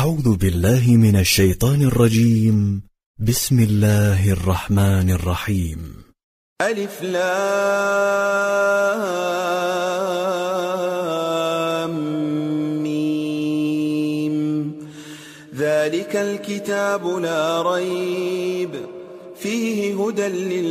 أعوذ بالله من الشيطان الرجيم. بسم الله الرحمن الرحيم. ألف لام ميم. ذلك الكتاب لا ريب فيه هدى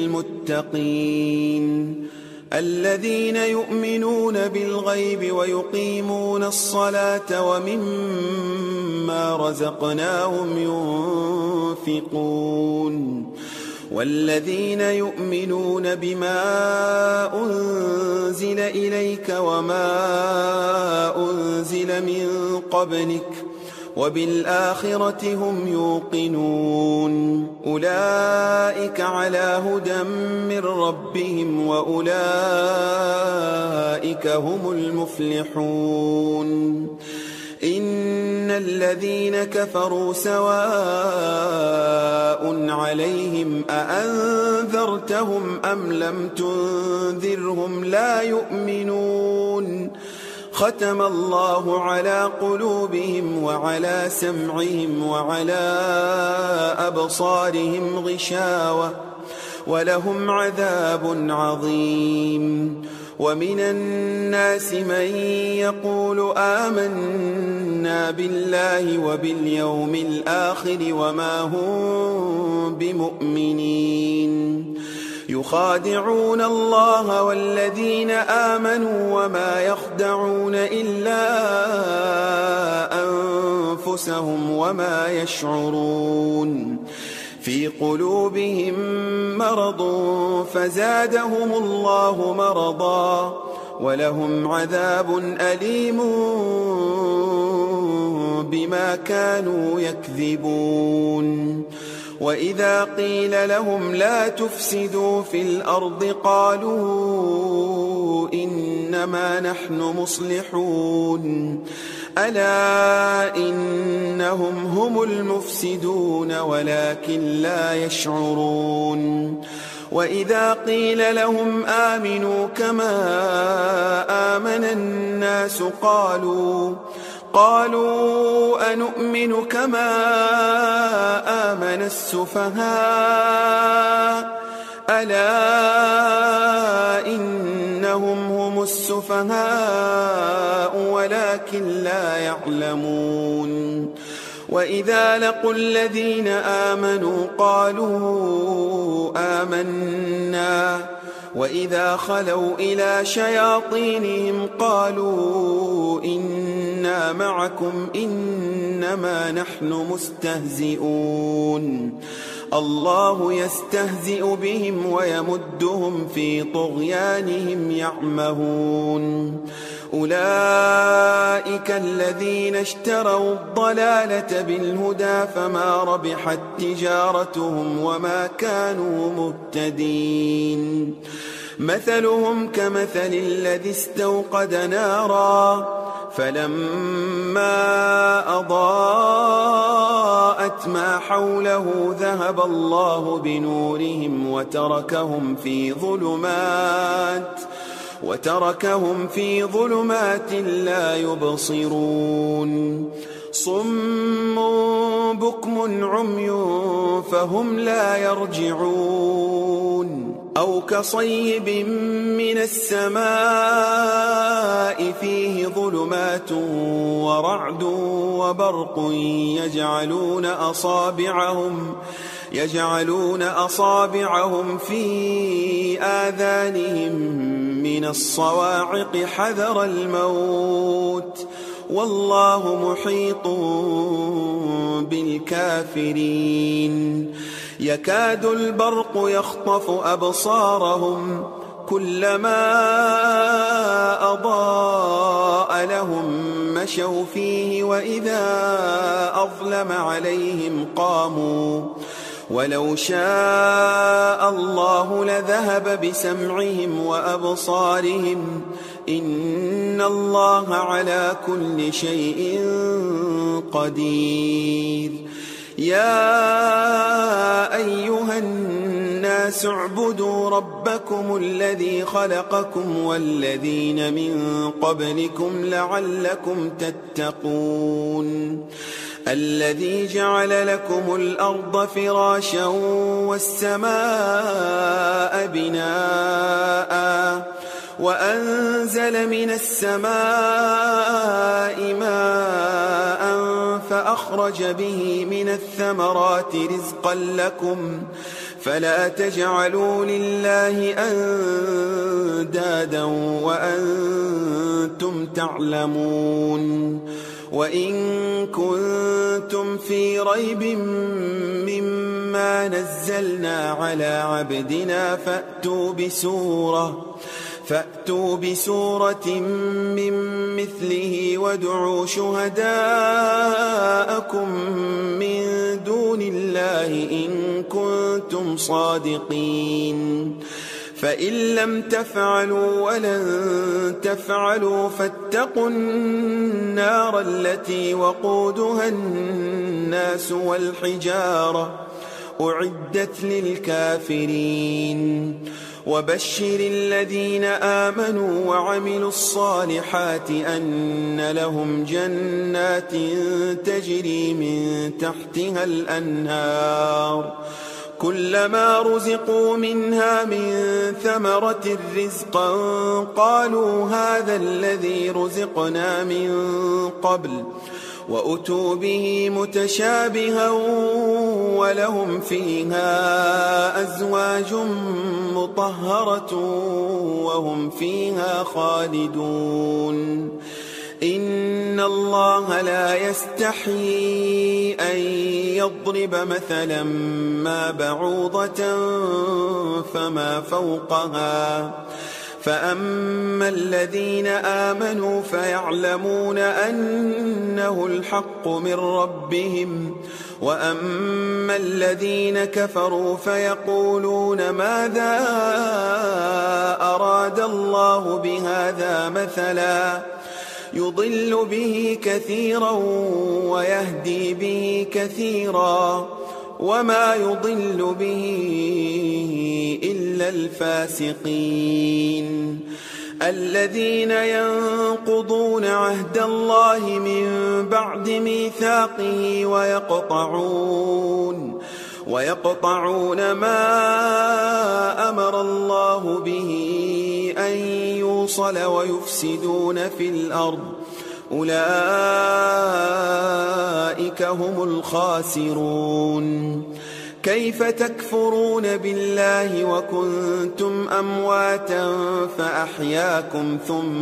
للمتقين الذين يؤمنون بالغيب ويقيمون الصلاة ومما رزقناهم ينفقون والذين يؤمنون بما أنزل إليك وما أنزل من قبلك وبالآخرة هم يوقنون أولئك على هدى من ربهم وأولئك هم المفلحون إن الذين كفروا سواء عليهم أأنذرتهم أم لم تنذرهم لا يؤمنون ختم الله على قلوبهم وعلى سمعهم وعلى أبصارهم غشاوة ولهم عذاب عظيم ومن الناس من يقول آمنا بالله وباليوم الآخر وما هم بمؤمنين يخادعون الله والذين آمنوا وما يخدعون إلا أنفسهم وما يشعرون في قلوبهم مرض فزادهم الله مرضا ولهم عذاب أليم بما كانوا يكذبون وإذا قيل لهم لا تفسدوا في الأرض قالوا إنما نحن مصلحون ألا إنهم هم المفسدون ولكن لا يشعرون وإذا قيل لهم آمنوا كما آمن الناس قالوا أنؤمن كما آمن السفهاء ألا إنهم هم السفهاء ولكن لا يعلمون وإذا لقوا الذين آمنوا قالوا آمنا وإذا خلوا إلى شياطينهم قالوا إنا معكم إنما نحن مستهزئون الله يستهزئ بهم ويمدهم في طغيانهم يعمهون أولئك الذين اشتروا الضلالة بالهدى فما ربحت تجارتهم وما كانوا مهتدين مثلهم كمثل الذي استوقد نارا فلما أضاءت ما حوله ذهب الله بنورهم وتركهم في ظلمات لا يبصرون صم بكم عمي فهم لا يرجعون أو كصيب من السماء فيه ظلمات ورعد وبرق يجعلون أصابعهم في آذانهم من الصواعق حذر الموت والله محيط بالكافرين يكاد البرق يخطف أبصارهم كلما أضاء لهم مشوا فيه وإذا أظلم عليهم قاموا ولو شاء الله لذهب بسمعهم وأبصارهم إن الله على كل شيء قدير يا أيها الناس اعبدوا ربكم الذي خلقكم والذين من قبلكم لعلكم تتقون الذي جعل لكم الأرض فراشا والسماء بناء وأنزل من السماء ماء فأخرج به من الثمرات رزقا لكم فلا تجعلوا لله أندادا وأنتم تعلمون وإن كنتم في ريب مما نزلنا على عبدنا فأتوا بسورة من مثله وادعوا شهداءكم من دون الله إن كنتم صادقين فإن لم تفعلوا ولن تفعلوا فاتقوا النار التي وقودها الناس والحجارة أعدت للكافرين وبشر الذين آمنوا وعملوا الصالحات أن لهم جنات تجري من تحتها الأنهار كلما رزقوا منها من ثمرة رزقا قالوا هذا الذي رزقنا من قبل وأتوا به متشابها ولهم فيها أزواج مطهرة وهم فيها خالدون إن الله لا يستحيي أن يضرب مثلا ما بعوضة فما فوقها فأما الذين آمنوا فيعلمون أنه الحق من ربهم وأما الذين كفروا فيقولون ماذا أراد الله بهذا مثلا يضل به كثيرا ويهدي به كثيرا وما يضل به إلا الفاسقين الذين ينقضون عهد الله من بعد ميثاقه ويقطعون ما أمر الله به أن يوصل ويفسدون في الأرض أولئك هم الخاسرون كيف تكفرون بالله وكنتم أمواتا فأحياكم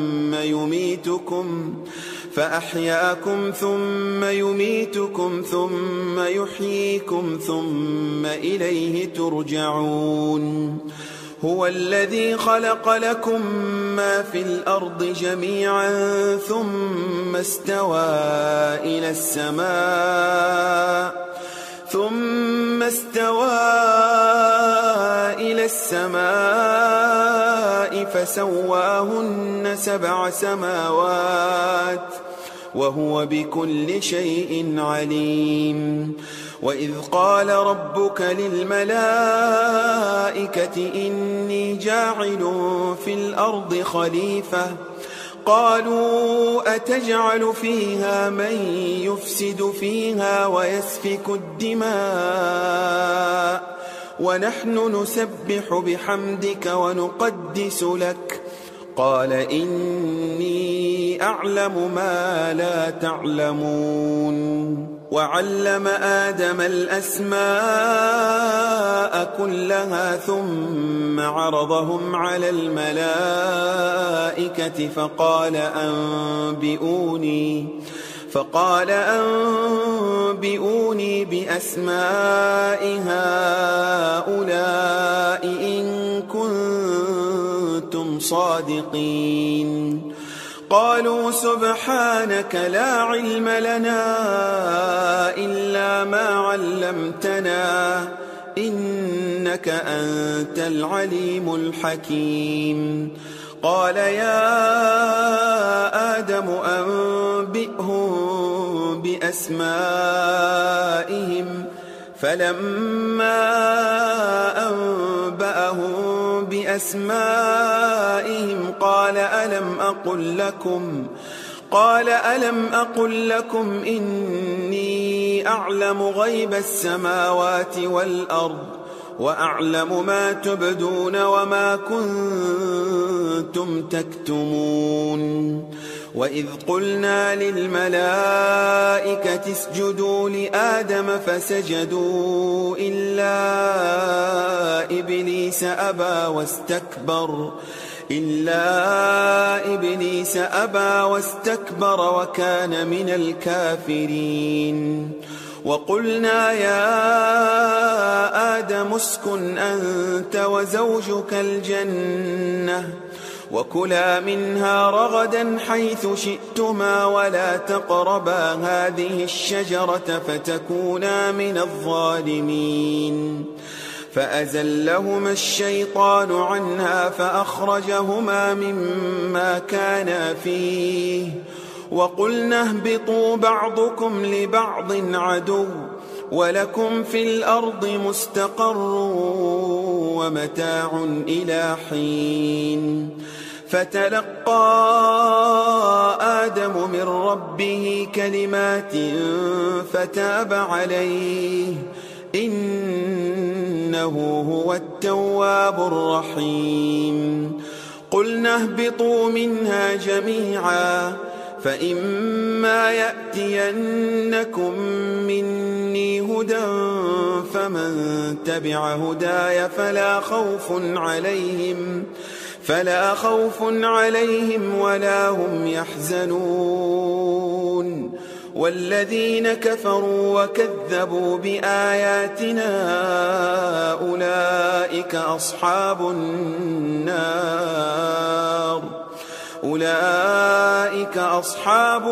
ثم يميتكم ثم يحييكم ثم إليه ترجعون هو الذي خلق لكم ما في الأرض جميعا ثم استوى إلى السماء فسواهن 7 سماوات وهو بكل شيء عليم وإذ قال ربك للملائكة إني جاعل في الأرض خليفة قالوا أتجعل فيها من يفسد فيها ويسفك الدماء ونحن نسبح بحمدك ونقدس لك قال إني أعلم ما لا تعلمون وعلم آدم الأسماء كلها ثم عرضهم على الملائكة فقال أنبئوني بأسماء هؤلاء إن كنتم صادقين قالوا سبحانك لا علم لنا إلا ما علمتنا إنك أنت العليم الحكيم قال يا آدم أنبئهم بأسمائهم فلما أنبأهم بأسمائهم قال ألم أقل لكم إني أعلم غيب السماوات والأرض وأعلم ما تبدون وما كنتم تكتمون وإذ قلنا للملائكة اسجدوا لآدم فسجدوا إلا إبليس أبى واستكبر وكان من الكافرين وقلنا يا آدم اسكن أنت وزوجك الجنة وكلا منها رغدا حيث شئتما ولا تقربا هذه الشجرة فتكونا من الظالمين فأزلهما الشيطان عنها فأخرجهما مما كانا فيه وقلنا اهبطوا بعضكم لبعض عدو ولكم في الأرض مستقر ومتاع إلى حين فتلقى آدم من ربه كلمات فتاب عليه إنه هو التواب الرحيم قلنا اهبطوا منها جميعا فإما يأتينكم مني هدى فمن تبع هداي فلا خوف عليهم ولا هم يحزنون والذين كفروا وكذبوا بآياتنا أولئك أصحاب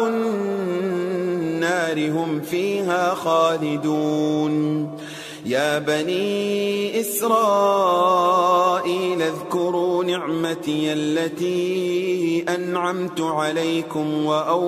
النار هم فيها خالدون يا بني إسرائيل اذكروا نعمتي التي أنعمت عليكم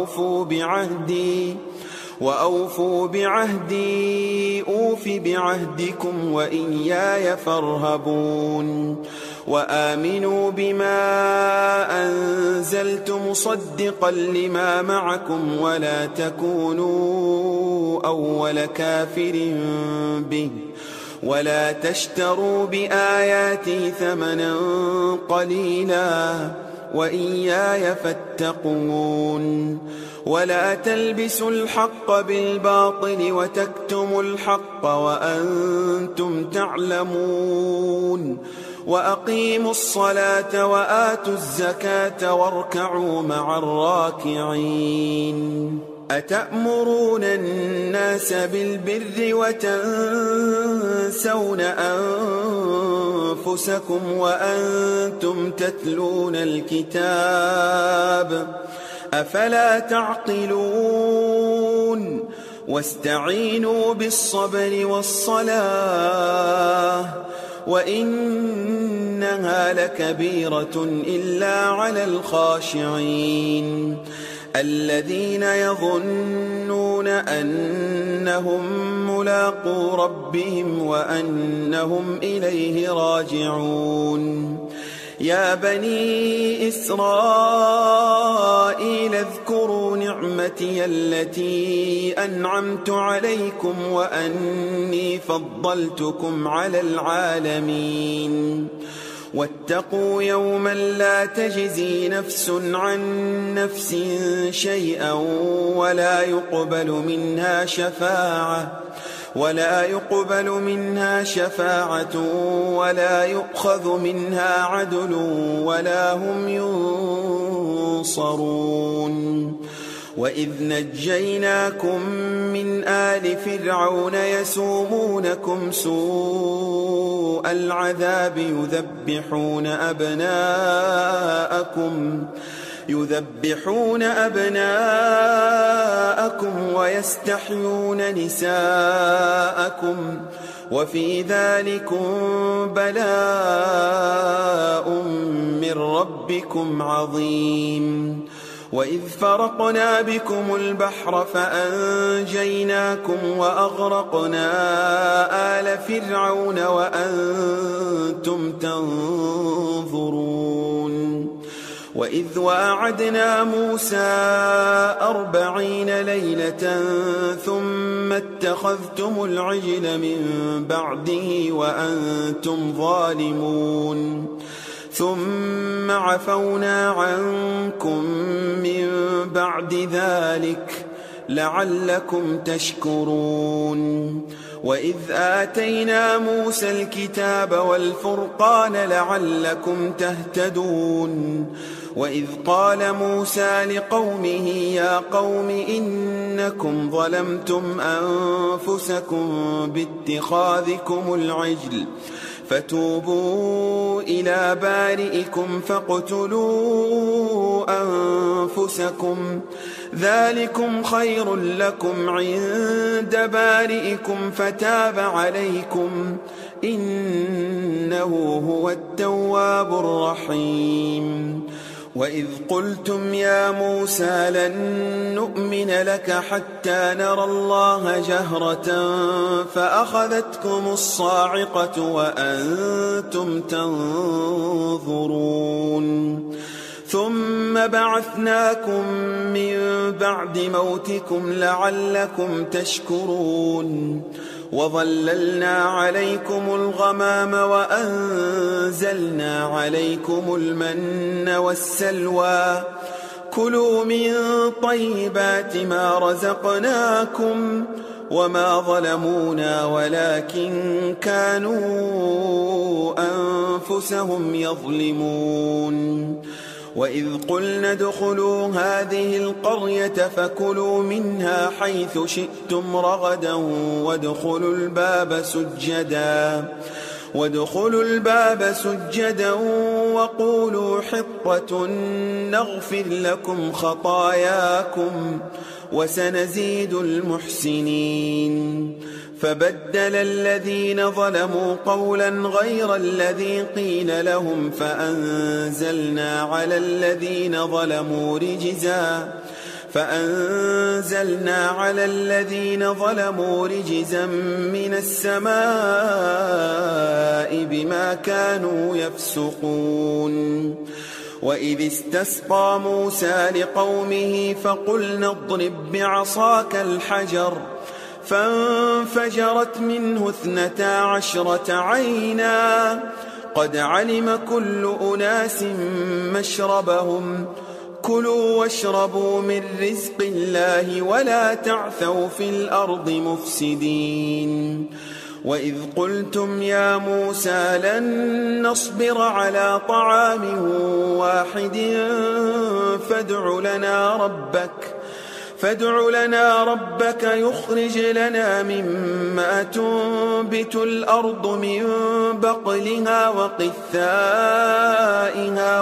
وأوفوا بعهدي أوف بعهدكم وإياي فارهبون وآمنوا بما أنزلت مصدقا لما معكم ولا تكونوا أول كافر به ولا تشتروا بآياتي ثمنا قليلا وإياي فاتقون ولا تلبسوا الحق بالباطل وتكتموا الحق وأنتم تعلمون وأقيموا الصلاة وآتوا الزكاة واركعوا مع الراكعين أتأمرون الناس بالبر وتنسون أنفسكم وأنتم تتلون الكتاب أفلا تعقلون واستعينوا بالصبر والصلاة وإنها لكبيرة إلا على الخاشعين الذين يظنون أنهم ملاقو ربهم وأنهم إليه راجعون يا بني إسرائيل اذكروا نعمتي التي أنعمت عليكم وأني فضلتكم على العالمين واتقوا يوما لا تجزي نفس عن نفس شيئا ولا يقبل منها شفاعة ولا يؤخذ منها عدل ولا هم ينصرون وإذ نجيناكم من آل فرعون يسومونكم سوء العذاب يذبحون أبناءكم ويستحيون نساءكم وفي ذلكم بلاء من ربكم عظيم وإذ فرقنا بكم البحر فأنجيناكم وأغرقنا آل فرعون وأنتم تنظرون وإذ واعدنا موسى 40 ليلة ثم اتخذتم العجل من بعده وأنتم ظالمون ثم عفونا عنكم من بعد ذلك لعلكم تشكرون وإذ آتينا موسى الكتاب والفرقان لعلكم تهتدون وإذ قال موسى لقومه يا قوم إنكم ظلمتم أنفسكم باتخاذكم العجل فتوبوا إلى بارئكم فاقتلوا أنفسكم ذلكم خير لكم عند بارئكم فتاب عليكم إنه هو التواب الرحيم وإذ قلتم يا موسى لن نؤمن لك حتى نرى الله جهرة فأخذتكم الصاعقة وأنتم تنظرون ثم بعثناكم من بعد موتكم لعلكم تشكرون وظللنا عليكم الغمام وأنزلنا عليكم المن والسلوى كلوا من طيبات ما رزقناكم وما ظلمونا ولكن كانوا أنفسهم يظلمون وإذ قلنا ادخلوا هذه القرية فكلوا منها حيث شئتم رغدا وادخلوا الباب سجدا وقولوا حطة نغفر لكم خطاياكم وسنزيد المحسنين فبدل الذين ظلموا قولا غير الذي قيل لهم فأنزلنا على الذين ظلموا رجزا من السماء بما كانوا يفسقون وإذ استسقى موسى لقومه فقلنا اضرب بعصاك الحجر فانفجرت منه 12 عينا قد علم كل أناس مشربهم كلوا واشربوا من رزق الله ولا تعثوا في الأرض مفسدين وإذ قلتم يا موسى لن نصبر على طعام واحد فادع لنا ربك يخرج لنا مما تنبت الأرض من بقلها وقثائها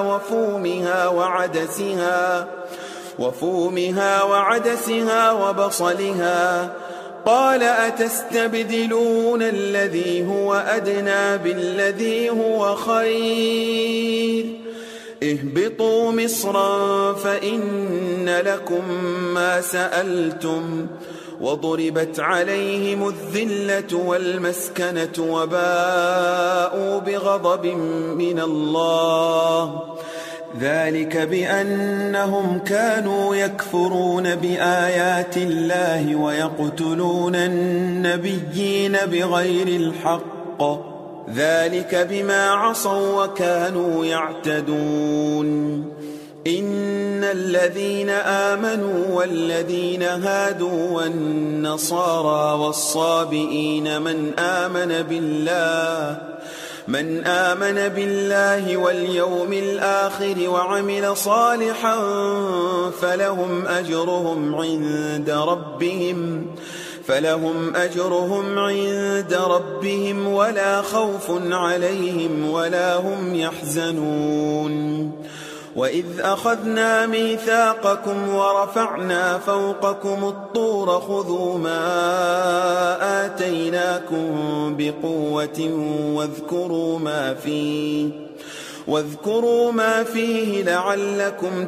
وفومها وعدسها وبصلها قال أتستبدلون الذي هو أدنى بالذي هو خير اهبطوا مصرا فإن لكم ما سألتم وضربت عليهم الذلة والمسكنة وباءوا بغضب من الله ذلك بأنهم كانوا يكفرون بآيات الله ويقتلون النبيين بغير الحق ذلك بما عصوا وكانوا يعتدون إن الذين آمنوا والذين هادوا والنصارى والصابئين من آمن بالله واليوم الآخر وعمل صالحا فلهم أجرهم عند ربهم ولا خوف عليهم ولا هم يحزنون وإذ أخذنا ميثاقكم ورفعنا فوقكم الطور خذوا ما آتيناكم بقوة واذكروا ما فيه لعلكم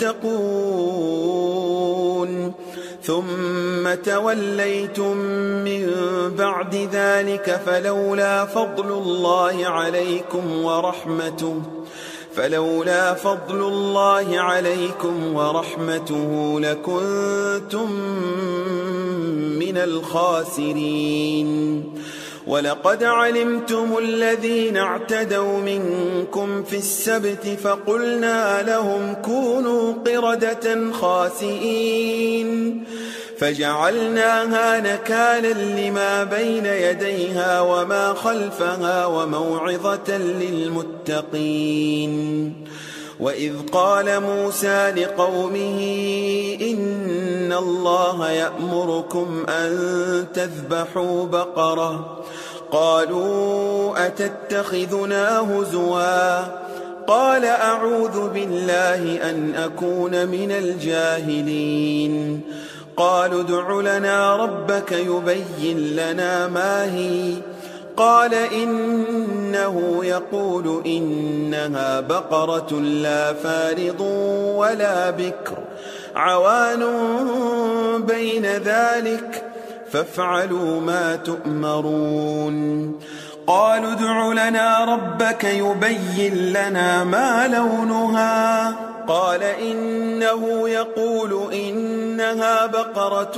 تتقون ثم توليتم من بعد ذلك فلولا فضل الله عليكم فلولا فضل الله عليكم ورحمته لكنتم من الخاسرين. ولقد علمتم الذين اعتدوا منكم في السبت فقلنا لهم كونوا قردة خاسئين فجعلناها نكالا لما بين يديها وما خلفها وموعظة للمتقين. وإذ قال موسى لقومه إن الله يأمركم أن تذبحوا بقرة قالوا أتتخذنا هزوا قال أعوذ بالله أن أكون من الجاهلين. قالوا ادع لنا ربك يبين لنا ما هي قال إنه يقول إنها بقرة لا فارض ولا بكر عوان بين ذلك فافعلوا ما تؤمرون. قالوا ادع لنا ربك يبين لنا ما لونها قال إنه يقول إنها بقرة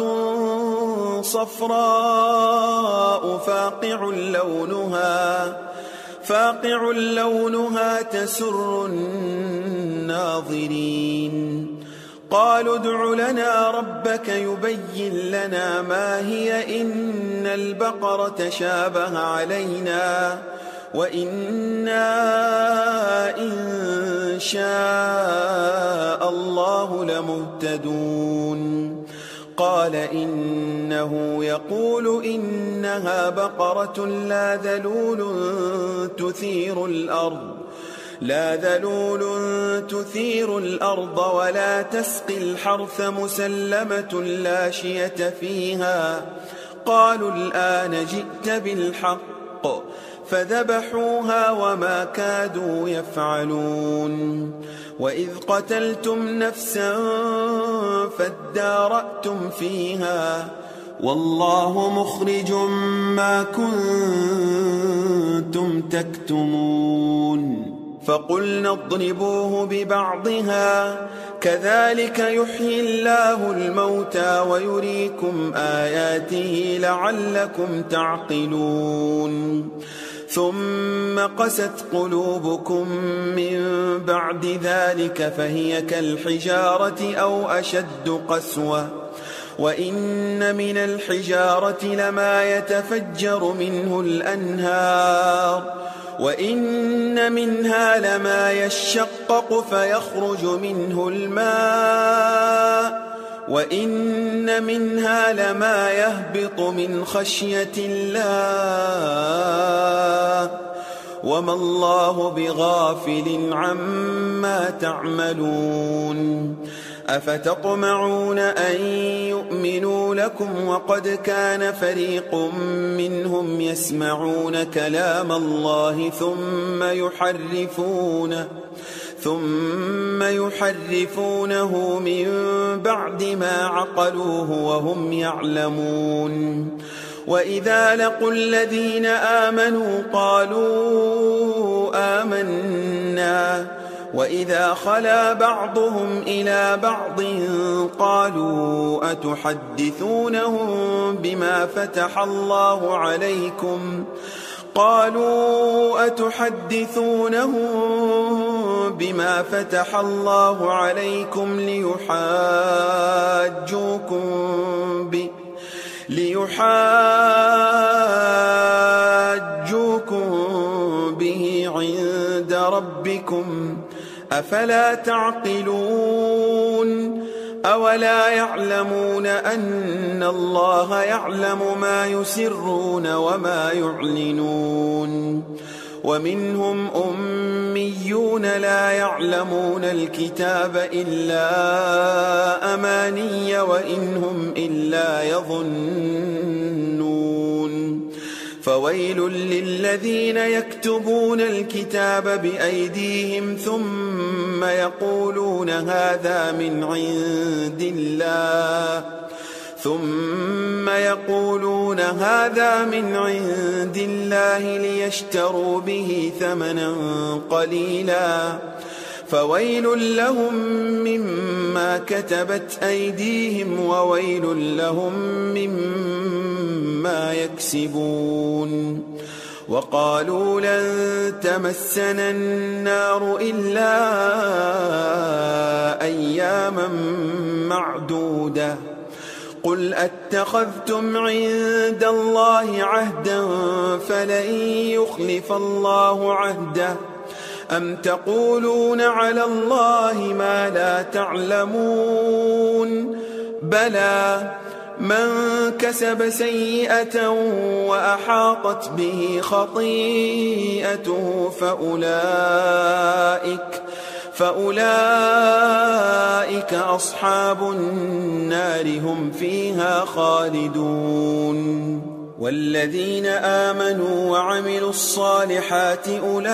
صفراء فاقع لونها تسر الناظرين. قالوا ادع لنا ربك يبين لنا ما هي إن البقرة شابه علينا وإنا إن شاء الله لمهتدون. قال إنه يقول إنها بقرة لا ذلول تثير الأرض ولا تسقي الحرث مسلمة لا شية فيها. قالوا الآن جئت بالحق فذبحوها وما كادوا يفعلون. وإذ قتلتم نفسا فادارأتم فيها والله مخرج ما كنتم تكتمون. فقلنا اضربوه ببعضها كذلك يحيي الله الموتى ويريكم آياته لعلكم تعقلون. ثم قست قلوبكم من بعد ذلك فهي كالحجارة أو أشد قسوة وإن من الحجارة لما يتفجر منه الأنهار وإن منها لما يشقق فيخرج منه الماء وإن منها لما يهبط من خشية الله وما الله بغافل عما تعملون. أفتطمعون أن يؤمنوا لكم وقد كان فريق منهم يسمعون كلام الله ثم يحرفونه من بعد ما عقلوه وهم يعلمون. وإذا لقوا الذين آمنوا قالوا آمنا وإذا خلا بعضهم إلى بعض قالوا أتحدثونهم بما فتح الله عليكم ليحاجوكم به عند ربكم أفلا تعقلون. أولا يعلمون أن الله يعلم ما يسرون وما يعلنون. ومنهم أميون لا يعلمون الكتاب إلا أماني وإن هم إلا يظنون. فويل للذين يكتبون الكتاب بأيديهم ثم يقولون هذا من ويقولون هذا من عند الله ليشتروا به ثمنا قليلا فويل لهم مما كتبت أيديهم وويل لهم مما يكسبون. وقالوا لن تمسنا النار إلا أياما معدودة قل أتخذتم عند الله عهدا فلن يخلف الله عهده أم تقولون على الله ما لا تعلمون بلى من كسب سيئة وأحاطت به خطيئته فأولئك أصحاب النار هم فيها خالدون. والذين آمنوا وعملوا الصالحات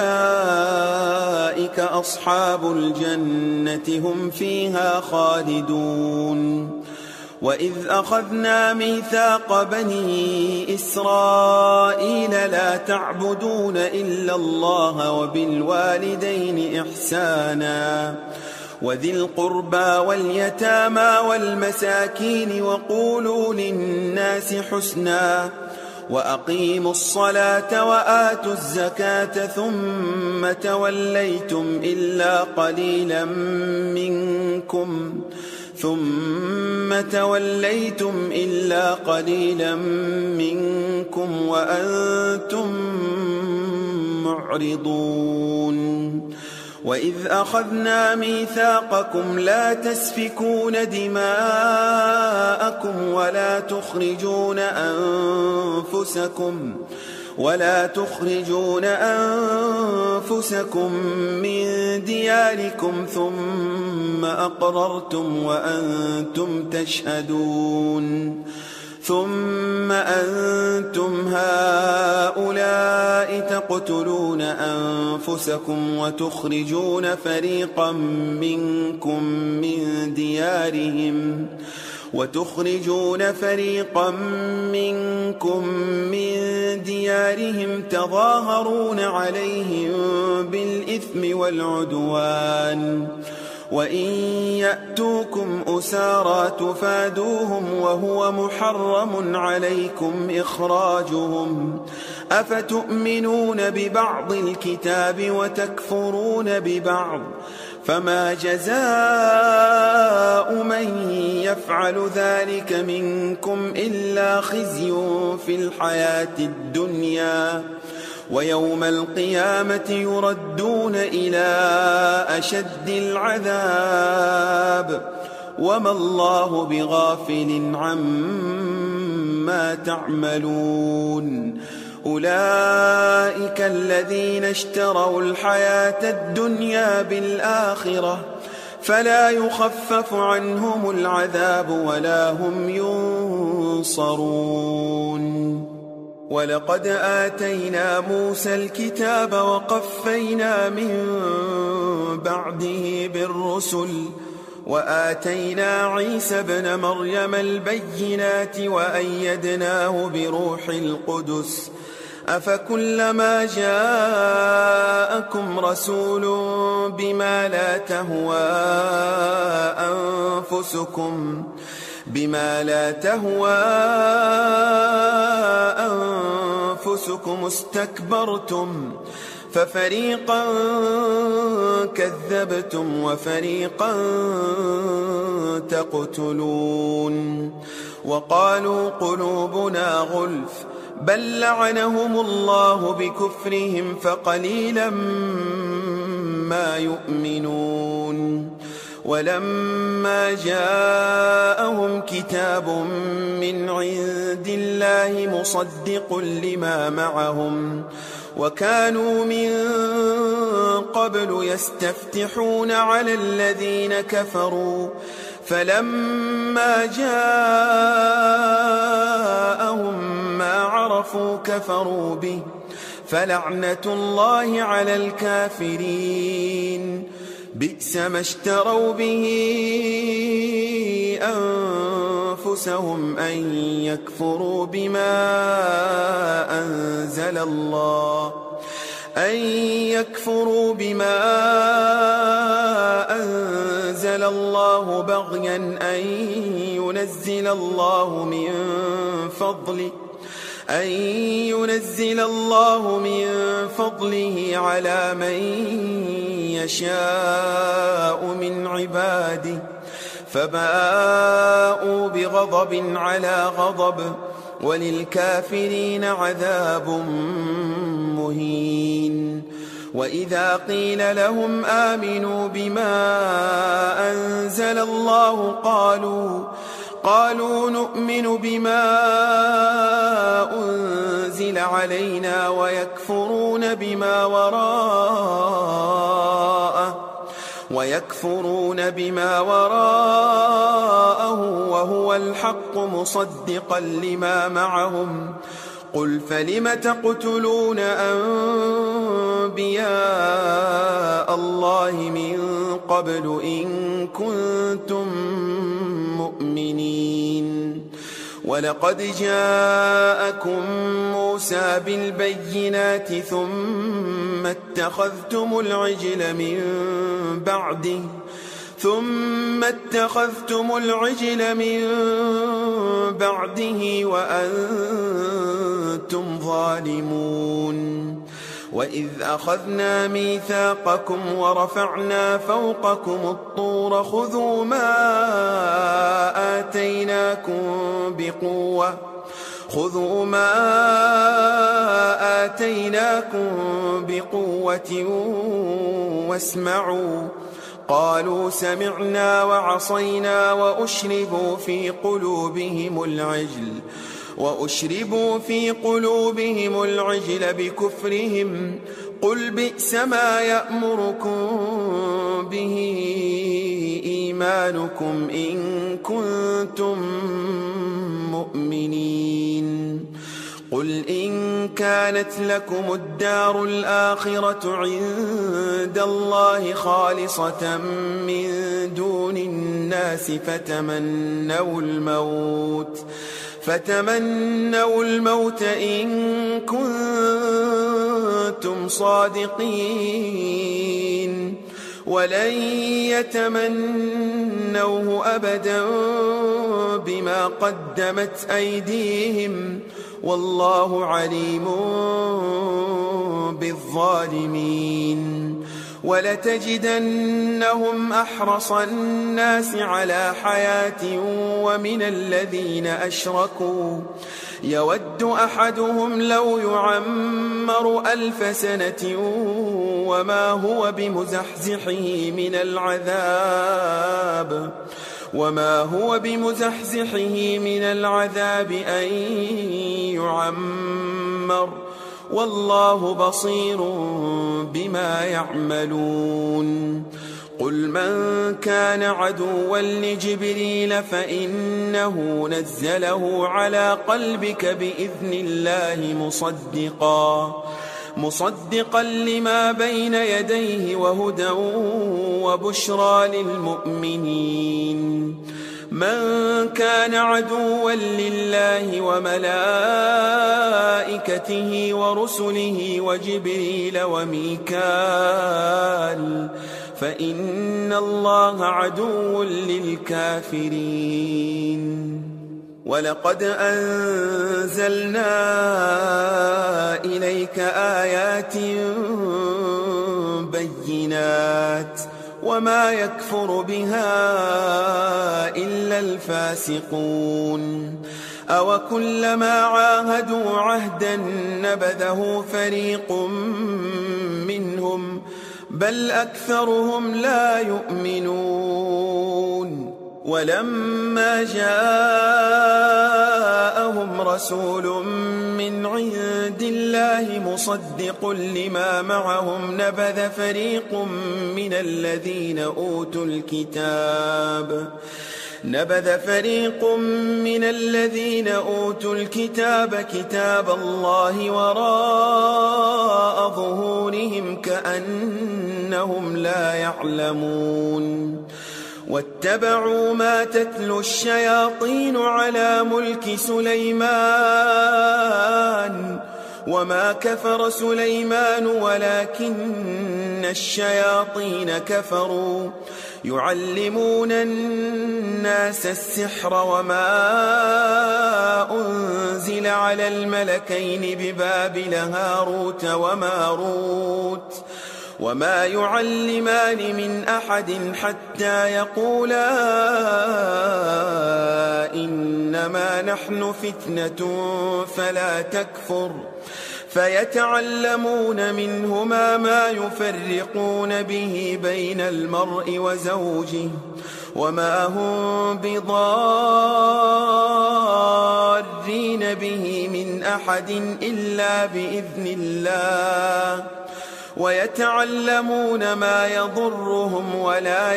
أولئك أصحاب الجنة هم فيها خالدون. وإذ أخذنا ميثاق بني إسرائيل لا تعبدون إلا الله وبالوالدين إحسانا وذي القربى واليتامى والمساكين وقولوا للناس حسنا وأقيموا الصلاة وآتوا الزكاة ثم توليتم إلا قليلا منكم وأنتم معرضون. وإذ أخذنا ميثاقكم لا تسفكون دماءكم ولا تخرجون أنفسكم من دياركم ثم أقررتم وأنتم تشهدون. ثم أنتم هؤلاء تقتلون أنفسكم وتخرجون فريقا منكم من ديارهم تظاهرون عليهم بالإثم والعدوان وإن يأتوكم أسارى تفادوهم وهو محرم عليكم إخراجهم أفتؤمنون ببعض الكتاب وتكفرون ببعض فما جزاء من يفعل ذلك منكم إلا خزي في الحياة الدنيا ويوم القيامة يردون إلى أشد العذاب وما الله بغافل عما تعملون. أولئك الذين اشتروا الحياة الدنيا بالآخرة فلا يخفف عنهم العذاب ولا هم ينصرون. ولقد آتينا موسى الكتاب وقفينا من بعده بالرسل وآتينا عيسى ابن مريم البينات وأيدناه بروح القدس أفكلما جاءكم رسول بما لا تهوى أنفسكم استكبرتم ففريقا كذبتم وفريقا تقتلون. وقالوا قلوبنا غلف بل لعنهم الله بكفرهم فقليلا ما يؤمنون. ولما جاءهم كتاب من عند الله مصدق لما معهم وكانوا من قبل يستفتحون على الذين كفروا فلما جاءهم ما عرفوا كفروا به فلعنة الله على الكافرين. بئس ما اشتروا به أنفسهم أن يكفروا بما أنزل الله بغيا أن ينزل الله من فضله على من يشاء من عباده، فباءوا بغضب على غضب، وللكافرين عذاب مهين. وإذا قيل لهم آمنوا بما أنزل الله قالوا نؤمن بما أنزل علينا ويكفرون بما وراءه وهو الحق مصدقا لما معهم. قل فلم تقتلون أنبياء الله من قبل إن كنتم مؤمنين؟ ولقد جاءكم موسى بالبينات ثم اتخذتم العجل من بعده وأنتم ظالمون. وإذ أخذنا ميثاقكم ورفعنا فوقكم الطور خذوا ما آتيناكم بقوة واسمعوا. قالوا سمعنا وعصينا وأشربوا في قلوبهم العجل بكفرهم. قل بئس ما يأمركم به إيمانكم إن كنتم مؤمنين. قل إن كانت لكم الدار الآخرة عند الله خالصة من دون الناس فتمنوا الموت إن كنتم صادقين، ولن يتمنوه أبدا بما قدمت أيديهم، والله عليم بالظالمين. ولتجدنهم أحرص الناس على حياة ومن الذين أشركوا يود أحدهم لو يعمر 1000 سنة وما هو بمزحزحه من العذاب أن يعمر، والله بصير بما يعملون. قل من كان عدوا لجبريل فإنه نزله على قلبك بإذن الله مصدقا لما بين يديه وهدى وبشرى للمؤمنين. من كان عدوا لله وملائكته ورسله وجبريل وميكال فإن الله عدو للكافرين. ولقد أنزلنا إليك آيات بينات وما يكفر بها إلا الفاسقون. أوكلما عاهدوا عهدا نبذه فريق منهم بل أكثرهم لا يؤمنون. ولما جاءهم رسول من عند الله مصدق لما معهم نبذ فريق من الذين أوتوا الكتاب كتاب الله وراء ظهورهم كأنهم لا يعلمون. واتبعوا ما تتلو الشياطين على ملك سليمان وما كفر سليمان ولكن الشياطين كفروا يعلمون الناس السحر وما أنزل على الملكين ببابل هاروت وماروت وما يعلمان من أحد حتى يقولا إنما نحن فتنة فلا تكفر فيتعلمون منهما ما يفرقون به بين المرء وزوجه وما هم بضارين به من أحد إلا بإذن الله ويتعلمون ما يضرهم ولا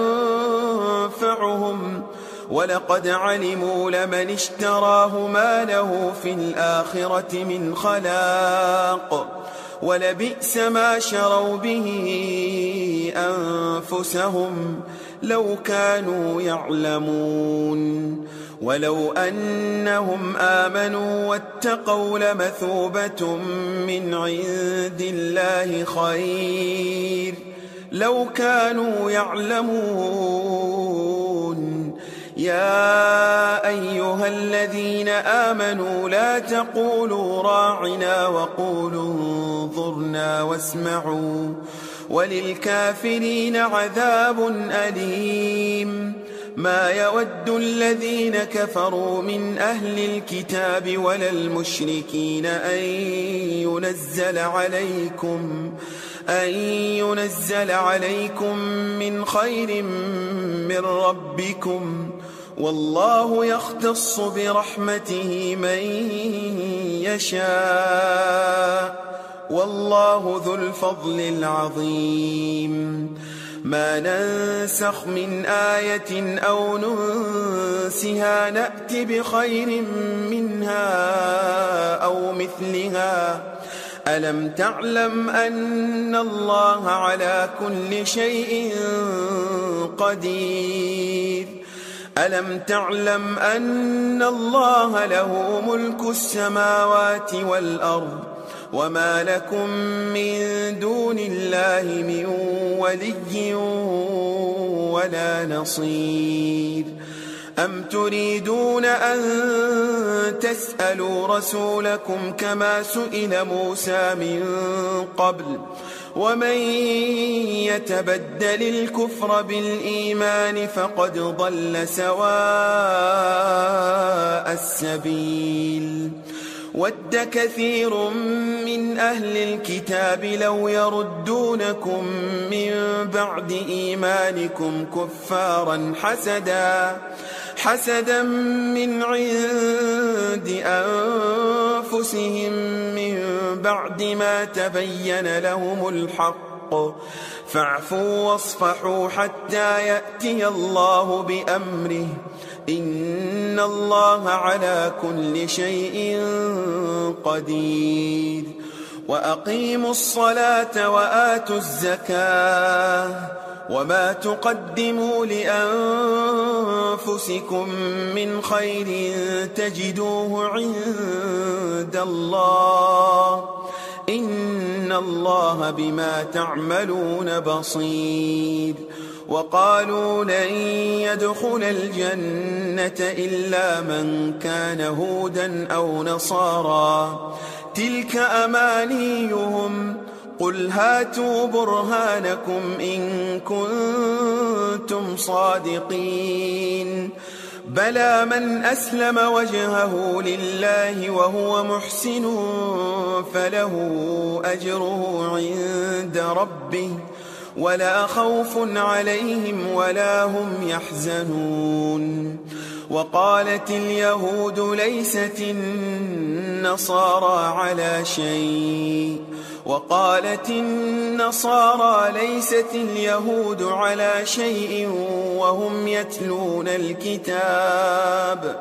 ينفعهم ولقد علموا لمن اشتراه ما له في الآخرة من خلاق ولبئس ما شروا به أنفسهم لو كانوا يعلمون ولو أنهم آمنوا واتقوا لمثوبة من عند الله خير لو كانوا يعلمون يا أيها الذين آمنوا لا تقولوا راعنا وقولوا انظرنا واسمعوا وللكافرين عذاب أليم ما يود الذين كفروا من أهل الكتاب ولا المشركين أن ينزل عليكم من خير من ربكم والله يختص برحمته من يشاء والله ذو الفضل العظيم ما ننسخ من آية أو ننسها نأت بخير منها أو مثلها ألم تعلم أن الله على كل شيء قدير ألم تعلم أن الله له ملك السماوات والأرض وما لكم من دون الله من ولي ولا نصير أم تريدون أن تسألوا رسولكم كما سئل موسى من قبل ومن يتبدل الكفر بالإيمان فقد ضل سواء السبيل ود كثير من أهل الكتاب لو يردونكم من بعد إيمانكم كفارا حسدا من عند أنفسهم من بعد ما تبين لهم الحق فاعفوا واصفحوا حتى يأتي الله بأمره إن الله على كل شيء قدير وأقيموا الصلاة وآتوا الزكاة وما تقدموا لأنفسكم من خير تجدوه عند الله إن الله بما تعملون بصير وقالوا لن يدخل الجنة إلا من كان هودا أو نصارى تلك أمانيهم قل هاتوا برهانكم إن كنتم صادقين بلى من أسلم وجهه لله وهو محسن فله أجره عند ربه ولا خوف عليهم ولا هم يحزنون وقالت اليهود ليست النصارى على شيء وقالت النصارى ليست اليهود على شيء وهم يتلون الكتاب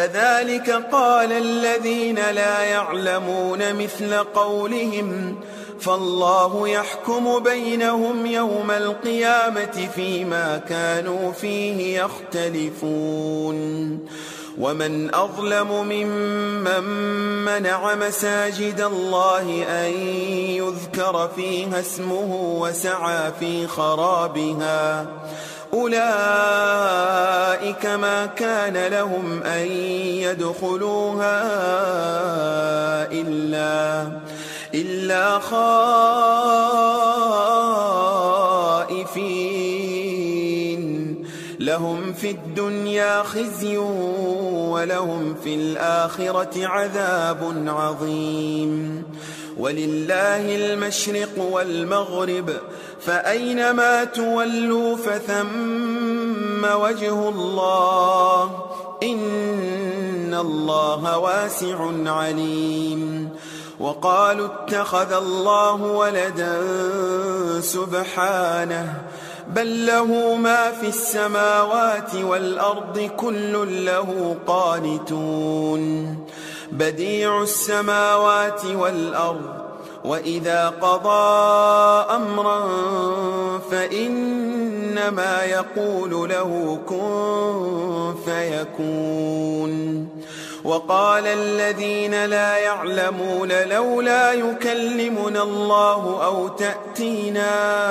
كذلك قال الذين لا يعلمون مثل قولهم فالله يحكم بينهم يوم القيامة فيما كانوا فيه يختلفون ومن أظلم ممن منع مساجد الله أن يذكر فيها اسمه وسعى في خرابها أولئك ما كان لهم أن يدخلوها إلا خائفين لهم في الدنيا خزي ولهم في الآخرة عذاب عظيم ولله المشرق والمغرب فأينما تولوا فثم وجه الله إن الله واسع عليم وقالوا اتخذ الله ولدا سبحانه بل له ما في السماوات والأرض كل له قانتون بديع السماوات والأرض وإذا قضى أمرا فإنما يقول له كن فيكون وقال الذين لا يعلمون لولا يكلمنا الله أو تأتينا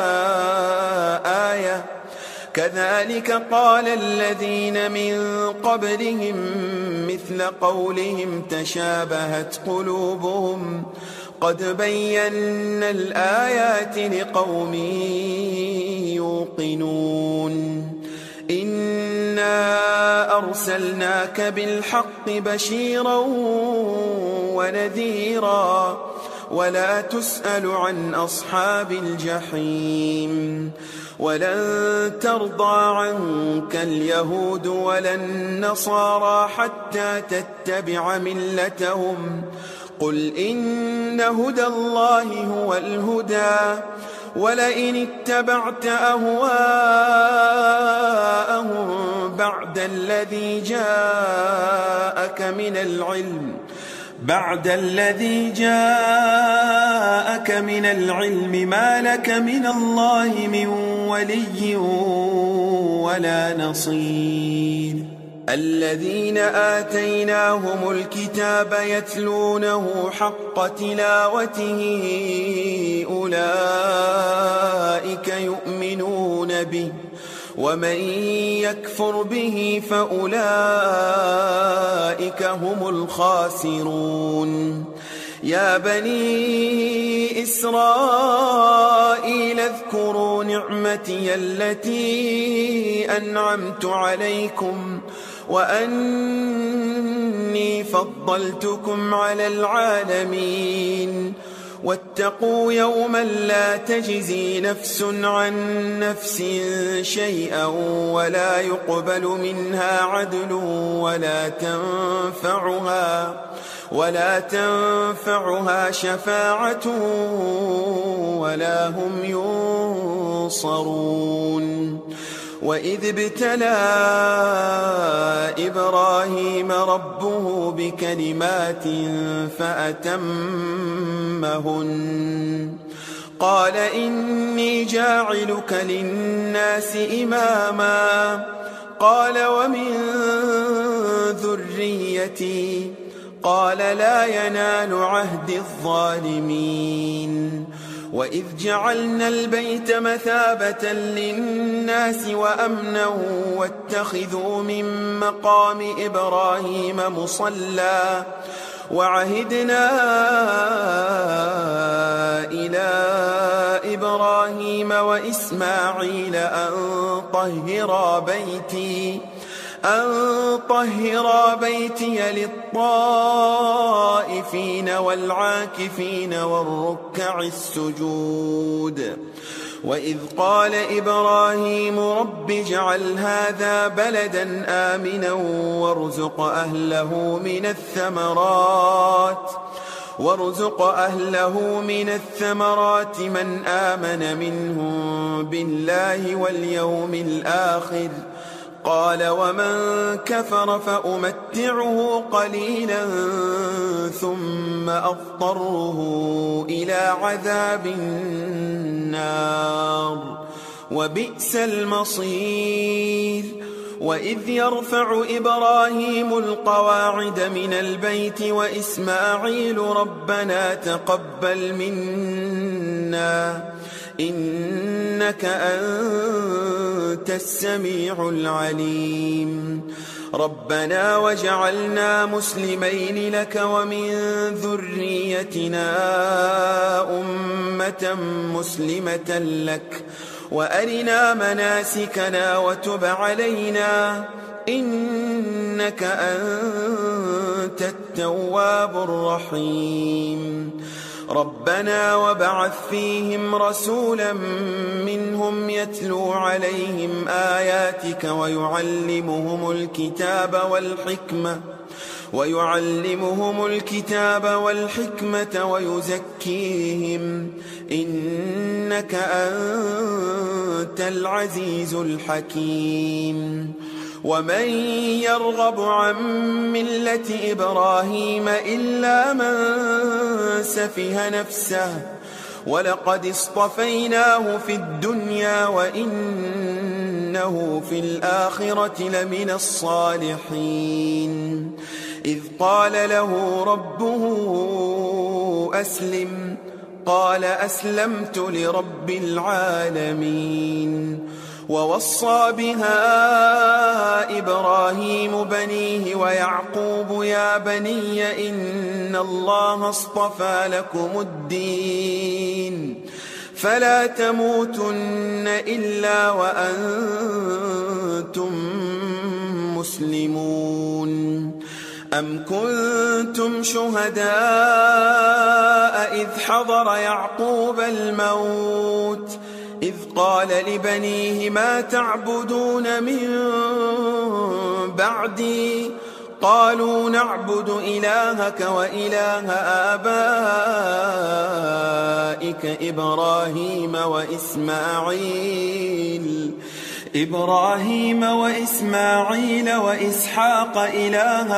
آية كذلك قال الذين من قبلهم مثل قولهم تشابهت قلوبهم قد بينا الآيات لقوم يوقنون إنا أرسلناك بالحق بشيرا ونذيرا ولا تسأل عن أصحاب الجحيم ولن ترضى عنك اليهود ولا النصارى حتى تتبع ملتهم قل إن هدى الله هو الهدى ولئن اتبعت أهواءهم بعد الذي جاءك من العلم ما لك من الله من ولي ولا نصير الذين آتيناهم الكتاب يتلونه حق تلاوته أولئك يؤمنون به ومن يكفر به فأولئك هم الخاسرون يا بني إسرائيل اذكروا نعمتي التي أنعمت عليكم وأني فضلتكم على العالمين واتقوا يوما لا تجزي نفس عن نفس شيئا ولا يقبل منها عدل ولا تنفعها شفاعة ولا هم ينصرون وإذ ابتلى إبراهيم ربه بكلمات فأتمهن قال إني جاعلك للناس إماما قال ومن ذريتي قال لا ينال عهد الظالمين وإذ جعلنا البيت مثابة للناس وأمنا واتخذوا من مقام إبراهيم مصلى وعهدنا إلى إبراهيم وإسماعيل أن طهرا بيتي للطائفين والعاكفين والركع السجود وإذ قال إبراهيم رب اجعل هذا بلدا آمنا وارزق أهله من الثمرات من آمن منهم بالله واليوم الآخر قال ومن كفر فأمتعه قليلا ثم أضطره إلى عذاب النار وبئس المصير وإذ يرفع إبراهيم القواعد من البيت وإسماعيل ربنا تقبل منا إنك أنت السميع العليم ربنا وجعلنا مسلمين لك ومن ذريتنا أمة مسلمة لك وأرنا مناسكنا وتب علينا إنك أنت التواب الرحيم ربنا وابعث فيهم رسولا منهم يتلو عليهم آياتك ويعلمهم الكتاب والحكمة ويزكيهم إنك أنت العزيز الحكيم ومن يرغب عن ملة إبراهيم إلا من سفه نفسه ولقد اصطفيناه في الدنيا وإنه في الآخرة لمن الصالحين إذ قال له ربه أسلم قال أسلمت لرب العالمين ووصى بها إبراهيم بنيه ويعقوب يا بني إن الله اصطفى لكم الدين فلا تموتن إلا وأنتم مسلمون أم كنتم شهداء إذ حضر يعقوب الموت إذ قال لبنيه ما تعبدون من بعدي قالوا نعبد إلهك وإله آبائك إبراهيم وإسماعيل وإسحاق إلها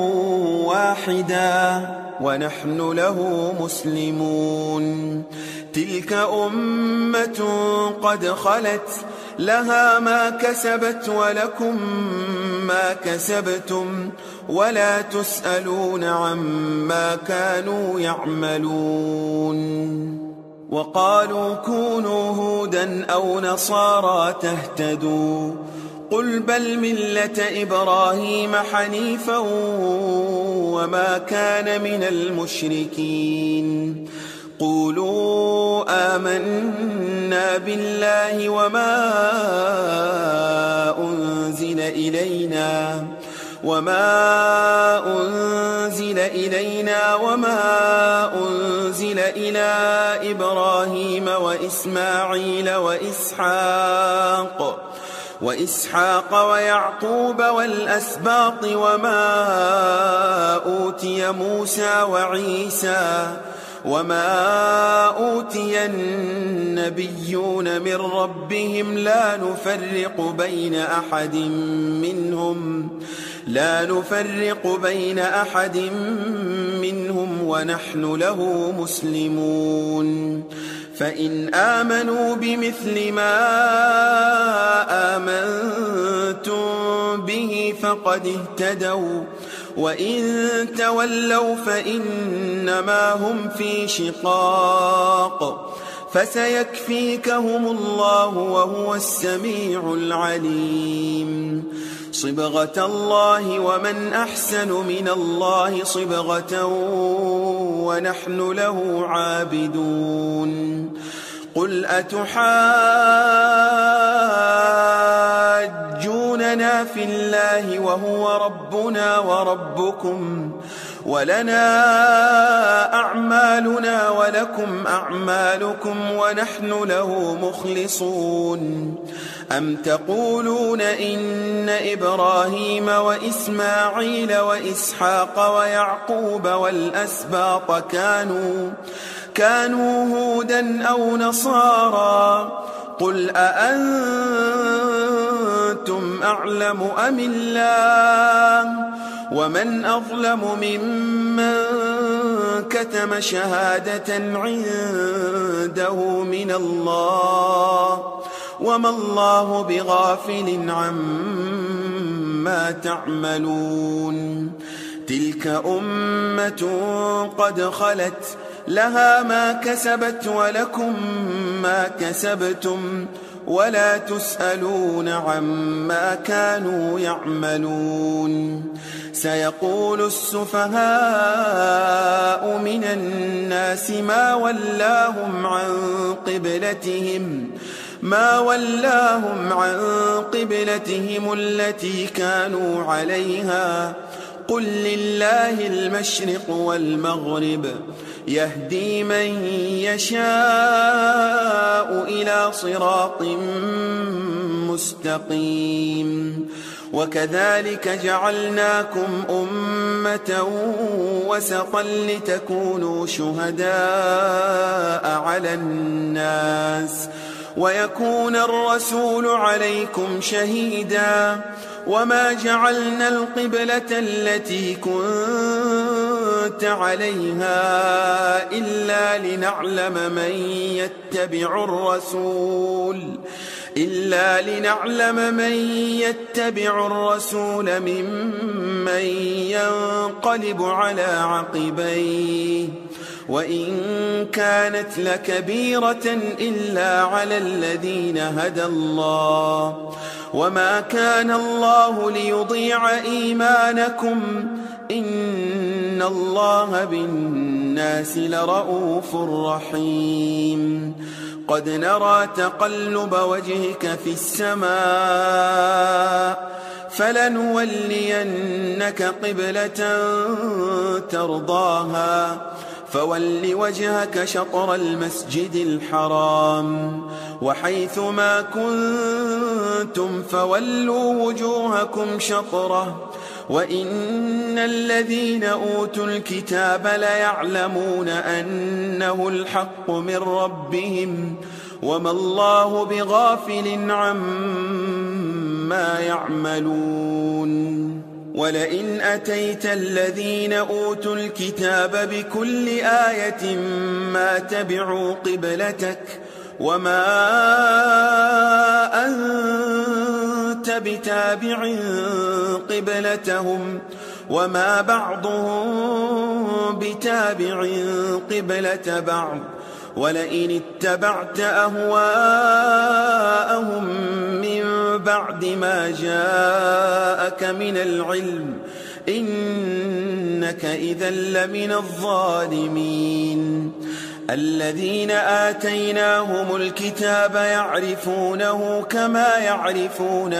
واحدا ونحن له مسلمون تلك أمة قد خلت لها ما كسبت ولكم ما كسبتم ولا تسألون عما كانوا يعملون وقالوا كونوا هودا أو نصارى تهتدوا قل بل ملة إبراهيم حنيفا وما كان من المشركين قولوا آمنا بالله وما أنزل إلينا وما أنزل إلى إبراهيم وإسماعيل وإسحاق ويعقوب والأسباط وما أوتي موسى وعيسى وما أوتي النبيون من ربهم لا نفرق بين أحد منهم ونحن له مسلمون فإن آمنوا بمثل ما آمنتم به فقد اهتدوا وإن تولوا فإنما هم في شقاق فسيكفيكهم الله وهو السميع العليم صبغة الله ومن أحسن من الله صبغة ونحن له عابدون قل أتحاجوننا في الله وهو ربنا وربكم ولنا أعمالنا ولكم أعمالكم ونحن له مخلصون أم تقولون إن إبراهيم وإسماعيل وإسحاق ويعقوب والأسباط كانوا هودا أو نصارى قل أأنتم أأنتم أعلم أم الله ومن أظلم ممن كتم شهادة عنده من الله وما الله بغافل عما تعملون تلك أمة قد خلت لها ما كسبت ولكم ما كسبتم ولا تسألون عما كانوا يعملون سيقول السفهاء من الناس ما ولاهم عن قبلتهم التي كانوا عليها قل لله المشرق والمغرب يهدي من يشاء إلى صراط مستقيم وكذلك جعلناكم أمة وسطا لتكونوا شهداء على الناس ويكون الرسول عليكم شهيدا وما جعلنا القبلة التي كنت عليها إلا لنعلم من يتبع الرسول ممن ينقلب على عقبيه وإن كانت لكبيرة إلا على الذين هدى الله وما كان الله ليضيع إيمانكم إن الله بالناس لرءوف رحيم قد نرى تقلب وجهك في السماء فلنولينك قبلة ترضاها فول وجهك شطر المسجد الحرام وحيث ما كنتم فولوا وجوهكم شطره وإن الذين أوتوا الكتاب ليعلمون أنه الحق من ربهم وما الله بغافل عما يعملون ولئن أتيت الذين أوتوا الكتاب بكل آية ما تبعوا قبلتك وما أنت بتابع قبلتهم وما بعضهم بتابع قبلة بعض ولئن اتبعت أهواءهم من بعد ما جاءك من العلم إنك إذا لمن الظالمين الذين آتيناهم الكتاب يعرفونه كما يعرفون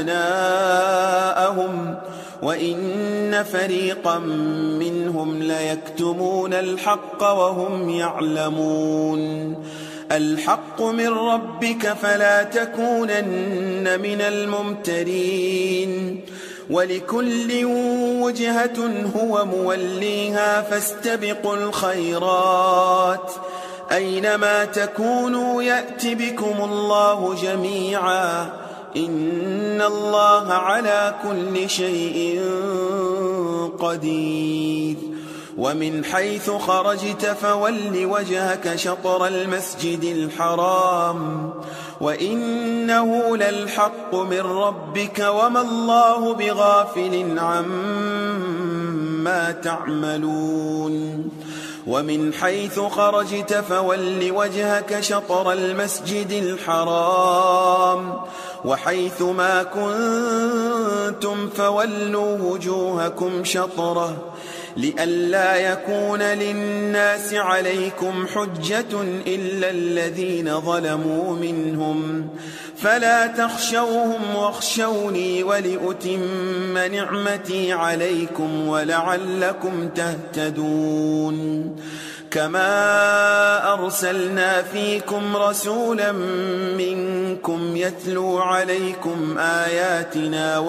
أبناءهم وإن فريقا منهم ليكتمون الحق وهم يعلمون الحق من ربك فلا تكونن من الممترين ولكل وجهة هو موليها فاستبقوا الخيرات أينما تكونوا يأت بكم الله جميعا إن الله على كل شيء قدير ومن حيث خرجت فول وجهك شطر المسجد الحرام وإنه للحق من ربك وما الله بغافل عما تعملون ومن حيث خرجت فول وجهك شطر المسجد الحرام وحيث ما كنتم فولوا وجوهكم شطره لئلا يكون للناس عليكم حجة إلا الذين ظلموا منهم فلا تخشوهم واخشوني ولأتم نعمتي عليكم ولعلكم تهتدون كما أرسلنا فيكم رسولا منكم يتلو عليكم آياتنا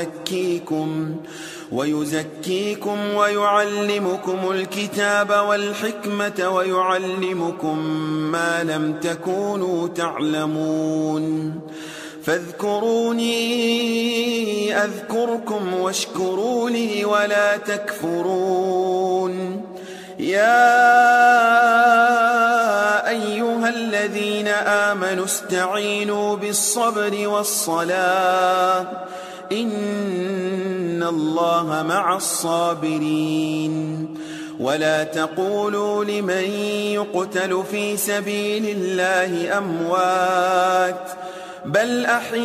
ويزكيكم ويعلمكم الكتاب والحكمة ويعلمكم ما لم تكونوا تعلمون فاذكروني أذكركم واشكروا لي ولا تكفرون. يا أيها الذين آمنوا استعينوا بالصبر والصلاة إن الله مع الصابرين. ولا تقولوا لمن يقتل في سبيل الله أموات بل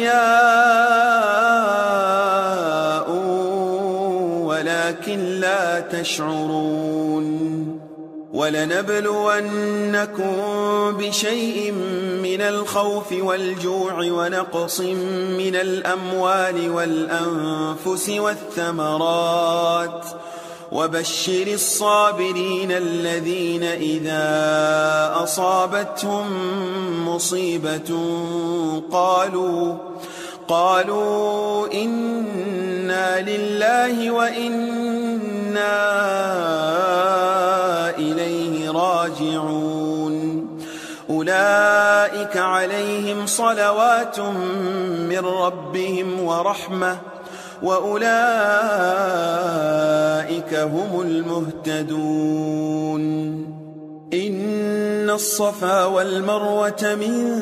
أحياء ولكن لا تشعرون. ولنبلونكم بشيء من الخوف والجوع ونقص من الأموال والأنفس والثمرات وبشر الصابرين الذين إذا أصابتهم مصيبة قالوا إنا لله وإنا إليه راجعون. أولئك عليهم صلوات من ربهم ورحمة وأولئك هم المهتدون. إن الصفا والمروة من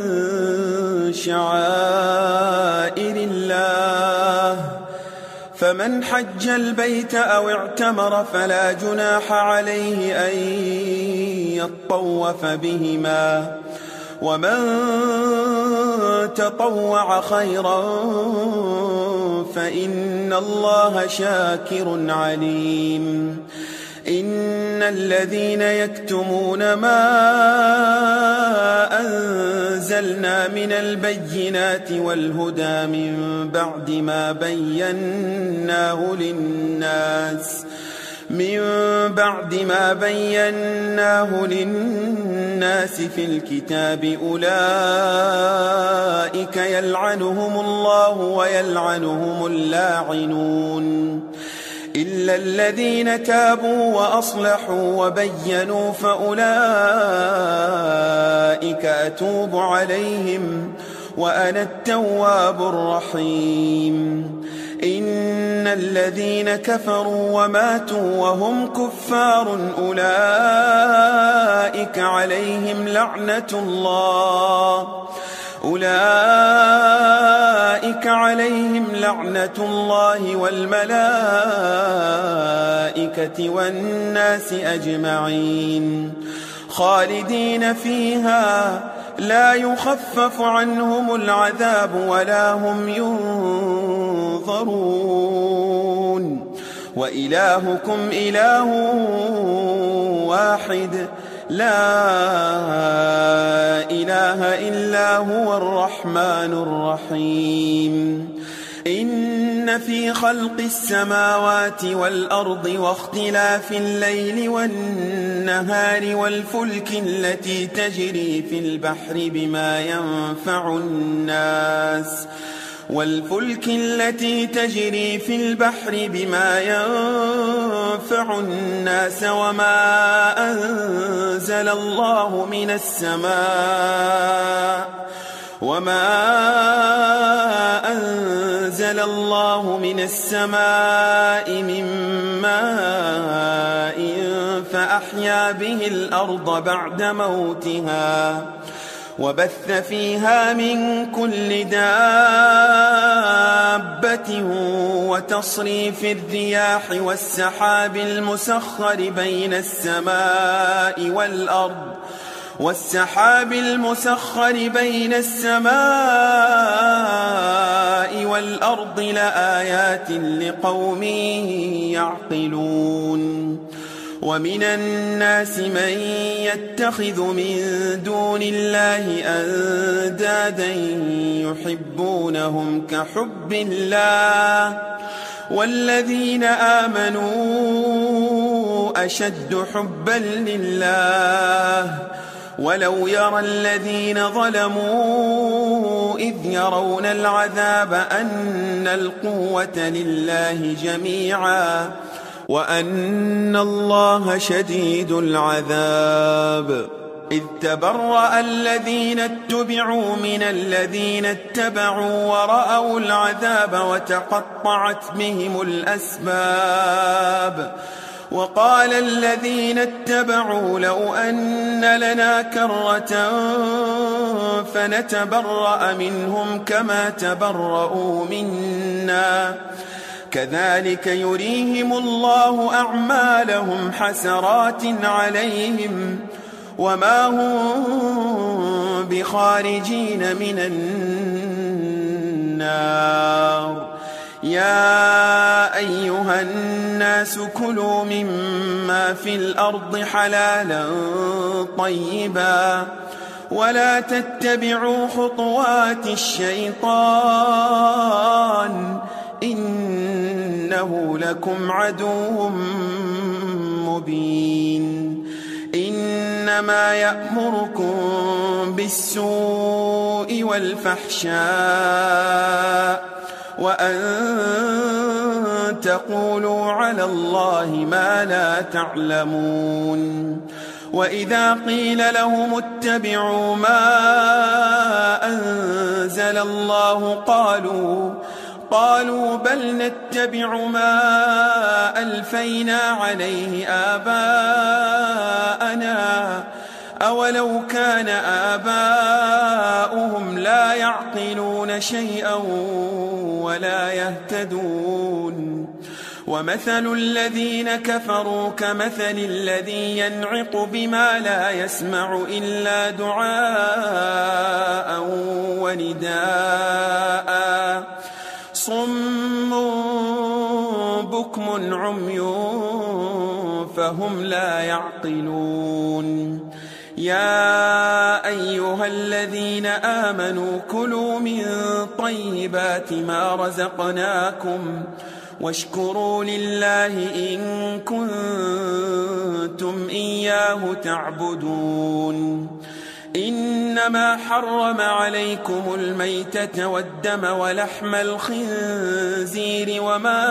شعائر الله فمن حج البيت أو اعتمر فلا جناح عليه أن يطوف بهما ومن تطوع خيرا فإن الله شاكر عليم. إن الذين يكتمون ما أنزلنا من البينات والهدى من بعد ما بيناه للناس في الكتاب أولئك يلعنهم الله ويلعنهم اللاعنون إلا الذين تابوا وأصلحوا وبينوا فأولئك أتوب عليهم وأنا التواب الرحيم. إن الذين كفروا وماتوا وهم كفار أولئك عليهم لعنة الله والملائكة والناس أجمعين خالدين فيها لا يخفف عنهم العذاب ولا هم ينظرون. وإلهكم إله واحد لا إله إلا هو الرحمن الرحيم. إن في خلق السماوات والأرض واختلاف الليل والنهار والفلك التي تجري في البحر بما ينفع الناس وما أنزل الله من السماء من ماء فأحيا به الأرض بعد موتها وبث فيها من كل دابة وتصريف الرياح والسحاب المسخر بين السماء والأرض لآيات لقوم يعقلون. ومن الناس من يتخذ من دون الله أندادا يحبونهم كحب الله والذين آمنوا أشد حبا لله ولو يرى الذين ظلموا إذ يرون العذاب أن القوة لله جميعا وأن الله شديد العذاب. إذ تبرأ الذين اتبعوا من الذين اتبعوا ورأوا العذاب وتقطعت بهم الأسباب وقال الذين اتبعوا لو أن لنا كرة فنتبرأ منهم كما تبرؤوا منا كذلك يريهم الله أعمالهم حسرات عليهم وما هم بخارجين من النار يا أيها الناس كلوا مما في الأرض حلالا طيبا ولا تتبعوا خطوات الشيطان إنه لكم عدو مبين إنما يأمركم بالسوء والفحشاء وأن تقولوا على الله ما لا تعلمون وإذا قيل لهم اتبعوا ما أنزل الله قالوا بل نتبع ما ألفينا عليه آباءنا أولو كان آباؤهم لا يعقلون شيئا ولا يهتدون ومثل الذين كفروا كمثل الذي ينعق بما لا يسمع إلا دعاء ونداء صم بكم عمي فهم لا يعقلون يا أيها الذين آمنوا كلوا من طيبات ما رزقناكم واشكروا لله إن كنتم إياه تعبدون إنما حرم عليكم الميتة والدم ولحم الخنزير وما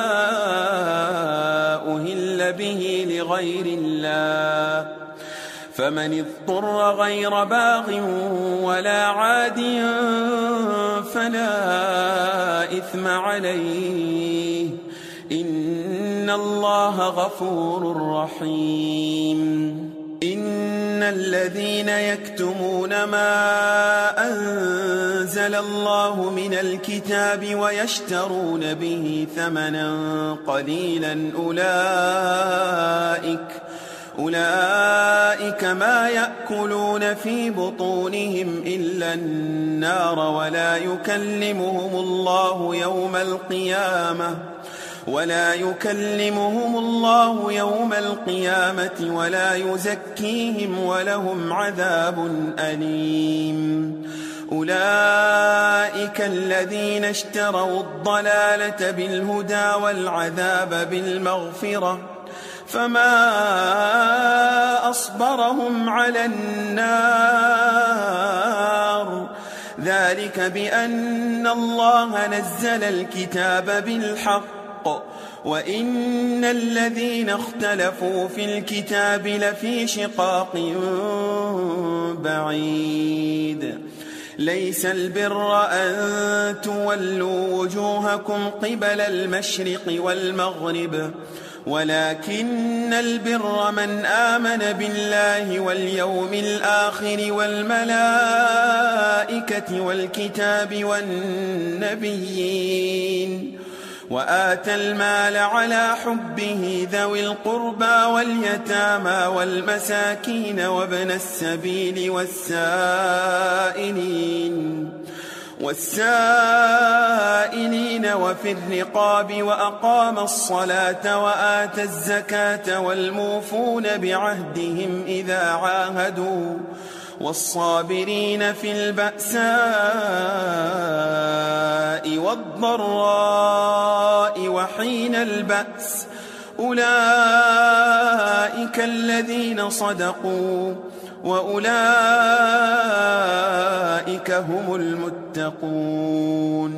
أهل به لغير الله فمن اضطر غير باغ ولا عاد فلا إثم عليه إن الله غفور رحيم إن الذين يكتمون ما أنزل الله من الكتاب ويشترون به ثمنا قليلا أولئك ما يأكلون في بطونهم إلا النار ولا يكلمهم الله يوم القيامة ولا يزكيهم ولهم عذاب أليم أولئك الذين اشتروا الضلالة بالهدى والعذاب بالمغفرة فما أصبرهم على النار ذلك بأن الله نزل الكتاب بالحق وإن الذين اختلفوا في الكتاب لفي شقاق بعيد ليس البر أن تولوا وجوهكم قبل المشرق والمغرب ولكن البر من آمن بالله واليوم الآخر والملائكة والكتاب والنبيين وآتى المال على حبه ذوي القربى واليتامى والمساكين وابن السبيل والسائلين وفي الرقاب وأقام الصلاة وآتى الزكاة والموفون بعهدهم إذا عاهدوا والصابرين في البأساء والضراء وحين البأس أولئك الذين صدقوا وأولئك هم المتقون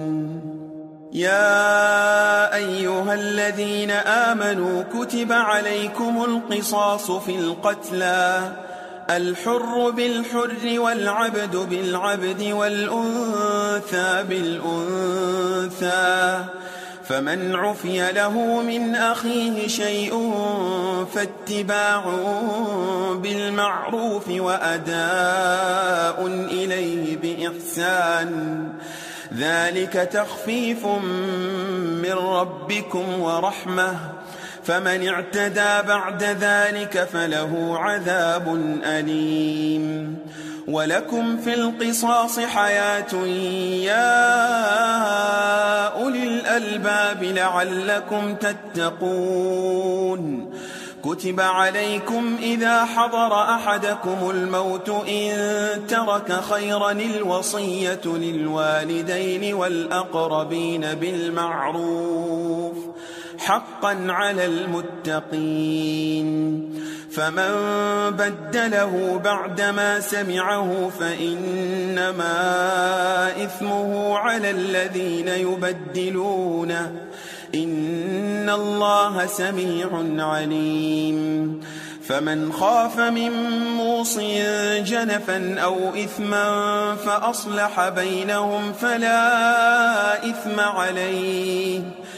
يا أيها الذين آمنوا كتب عليكم القصاص في القتلى الحر بالحر والعبد بالعبد والأنثى بالأنثى، فمن عفي له من أخيه شيء فاتباع بالمعروف وأداء إليه بإحسان، ذلك تخفيف من ربكم ورحمة، فمن اعتدى بعد ذلك فله عذاب أليم. ولكم في القصاص حياة يا أولي الألباب لعلكم تتقون. كتب عليكم إذا حضر أحدكم الموت إن ترك خيرا الوصية للوالدين والأقربين بالمعروف حقا على المتقين، فمن بدله بعدما سمعه فإنما إثمه على الذين يبدلونه، إن الله سميع عليم. فمن خاف من موص جنفا أو إثما فأصلح بينهم فلا إثم عليه،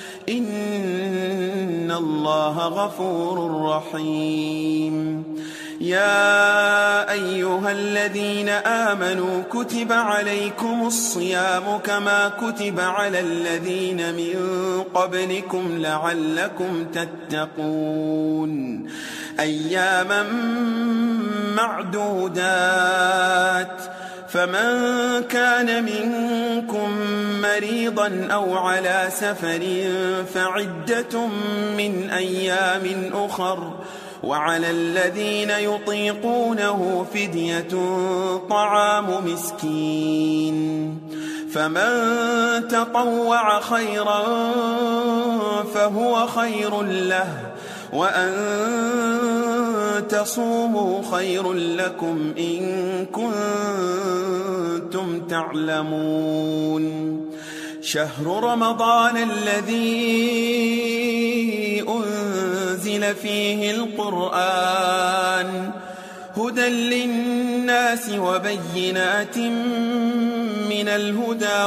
إن الله غفور رحيم. يا أيها الذين آمنوا كتب عليكم الصيام كما كتب على الذين من قبلكم لعلكم تتقون، أياما معدودات، فمن كان منكم مريضا أو على سفر فعدة من أيام أخر، وعلى الذين يطيقونه فدية طعام مسكين، فمن تطوع خيرا فهو خير له، وأن تصوموا خير لكم إن كنتم تعلمون. شهر رمضان الذي أنزل فيه القرآن هدى للناس وبينات من الهدى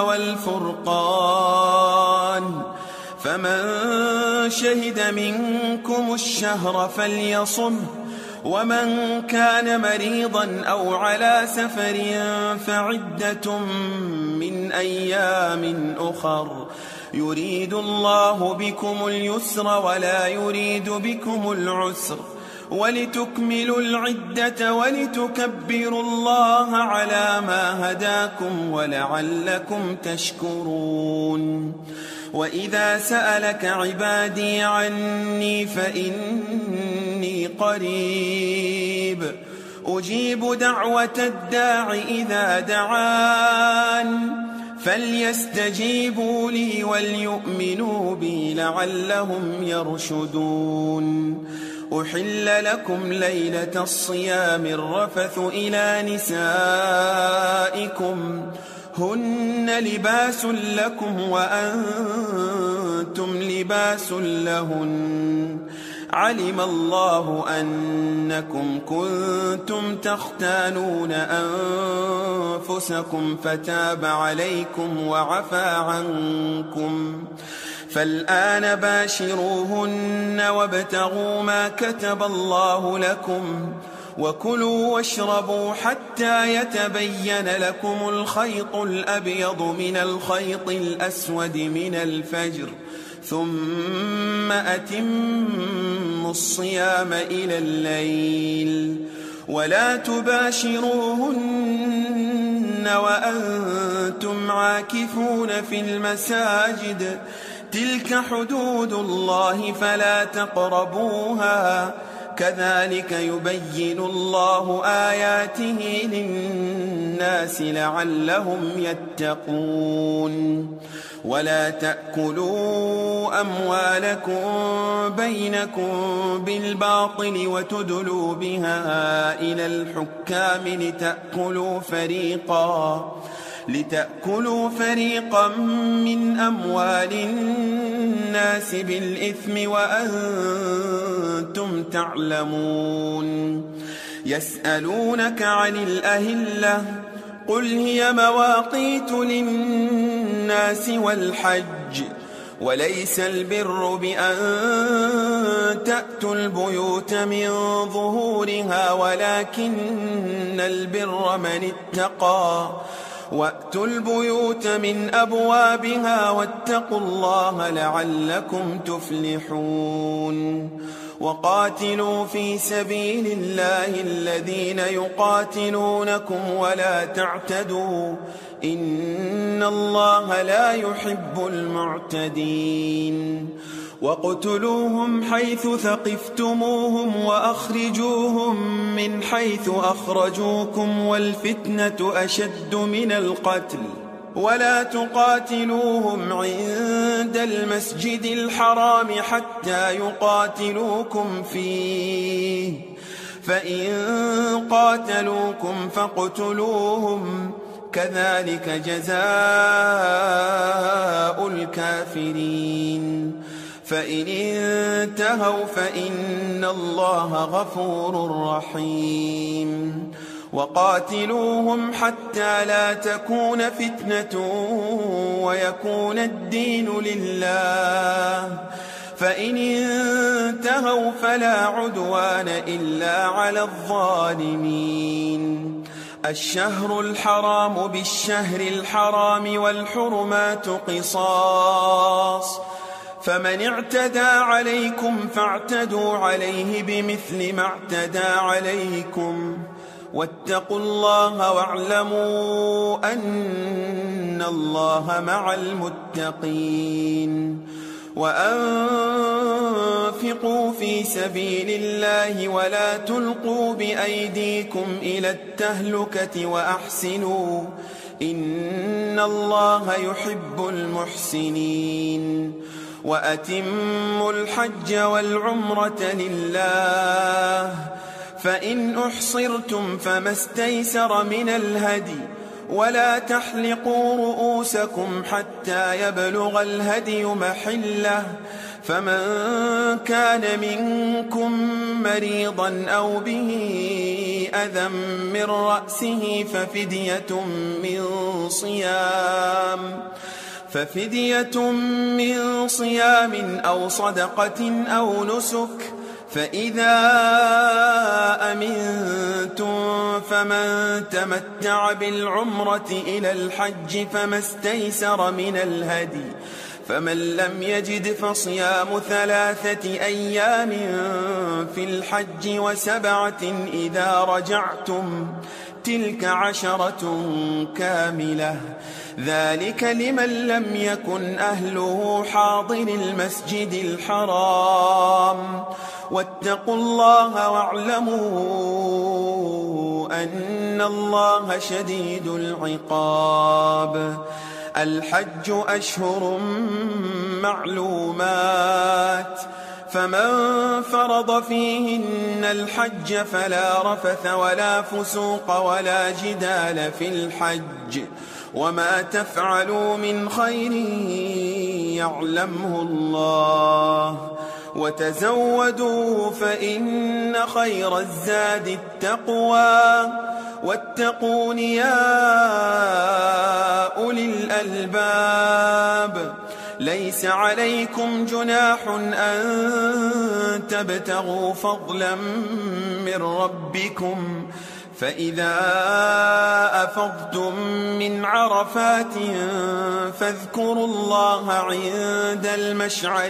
والفرقان، فمن شهد منكم الشهر فليصمه، ومن كان مريضا أو على سفر فعدة من أيام أخر، يريد الله بكم اليسر ولا يريد بكم العسر، ولتكملوا العدة ولتكبروا الله على ما هداكم ولعلكم تشكرون. وإذا سألك عبادي عني فإني قريب أجيب دعوة الداع إذا دعان، فليستجيبوا لي وليؤمنوا بي لعلهم يرشدون. أحل لكم ليلة الصيام الرفث إلى نسائكم هن لباس لكم وأنتم لباس لهن، علم الله أنكم كنتم تختانون أنفسكم فتاب عليكم وعفى عنكم، فالآن باشروهن وابتغوا ما كتب الله لكم، وكلوا واشربوا حتى يتبين لكم الخيط الأبيض من الخيط الأسود من الفجر، ثم أتموا الصيام إلى الليل، ولا تباشروهن وأنتم عاكفون في المساجد، تلك حدود الله فلا تقربوها، كذلك يبين الله آياته للناس لعلهم يتقون. ولا تأكلوا أموالكم بينكم بالباطل وتدلوا بها إلى الحكام لتأكلوا فريقا من أموال الناس بالإثم وأنتم تعلمون. يسألونك عن الأهلة قل هي مواقيت للناس والحج وليس البر بأن تأتوا البيوت من ظهورها ولكن البر من اتقى وأتوا البيوت من أبوابها واتقوا الله لعلكم تفلحون وقاتلوا في سبيل الله الذين يقاتلونكم ولا تعتدوا إن الله لا يحب المعتدين واقتلوهم حيث ثقفتموهم وأخرجوهم من حيث أخرجوكم والفتنة أشد من القتل ولا تقاتلوهم عند المسجد الحرام حتى يقاتلوكم فيه فإن قاتلوكم فاقتلوهم كذلك جزاء الكافرين فإن انتهوا فإن الله غفور رحيم وقاتلوهم حتى لا تكون فتنة ويكون الدين لله فإن انتهوا فلا عدوان إلا على الظالمين الشهر الحرام بالشهر الحرام والحرمات قصاص فمن اعتدى عليكم فاعتدوا عليه بمثل ما اعتدى عليكم واتقوا الله واعلموا أن الله مع المتقين وأنفقوا في سبيل الله ولا تلقوا بأيديكم إلى التهلكة وأحسنوا إن الله يحب المحسنين وأتموا الحج والعمرة لله فإن أحصرتم فما استيسر من الهدي ولا تحلقوا رؤوسكم حتى يبلغ الهدي محله فمن كان منكم مريضا أو به أذى من رأسه ففدية من صيام أو صدقة أو نسك فإذا أمنتم فمن تمتع بالعمرة إلى الحج فما استيسر من الهدي فمن لم يجد فصيام 3 أيام في الحج و7 إذا رجعتم تلك 10 كاملة ذلك لمن لم يكن أهله حاضر المسجد الحرام واتقوا الله واعلموا أن الله شديد العقاب الحج أشهر معلومات فمن فرض فيهن الحج فلا رفث ولا فسوق ولا جدال في الحج وما تفعلوا من خير يعلمه الله وتزودوا فإن خير الزاد التقوى واتقون يا أولي الألباب ليس عليكم جناح أن تبتغوا فضلا من ربكم فإذا أفضتم من عرفات فاذكروا الله عند المشعر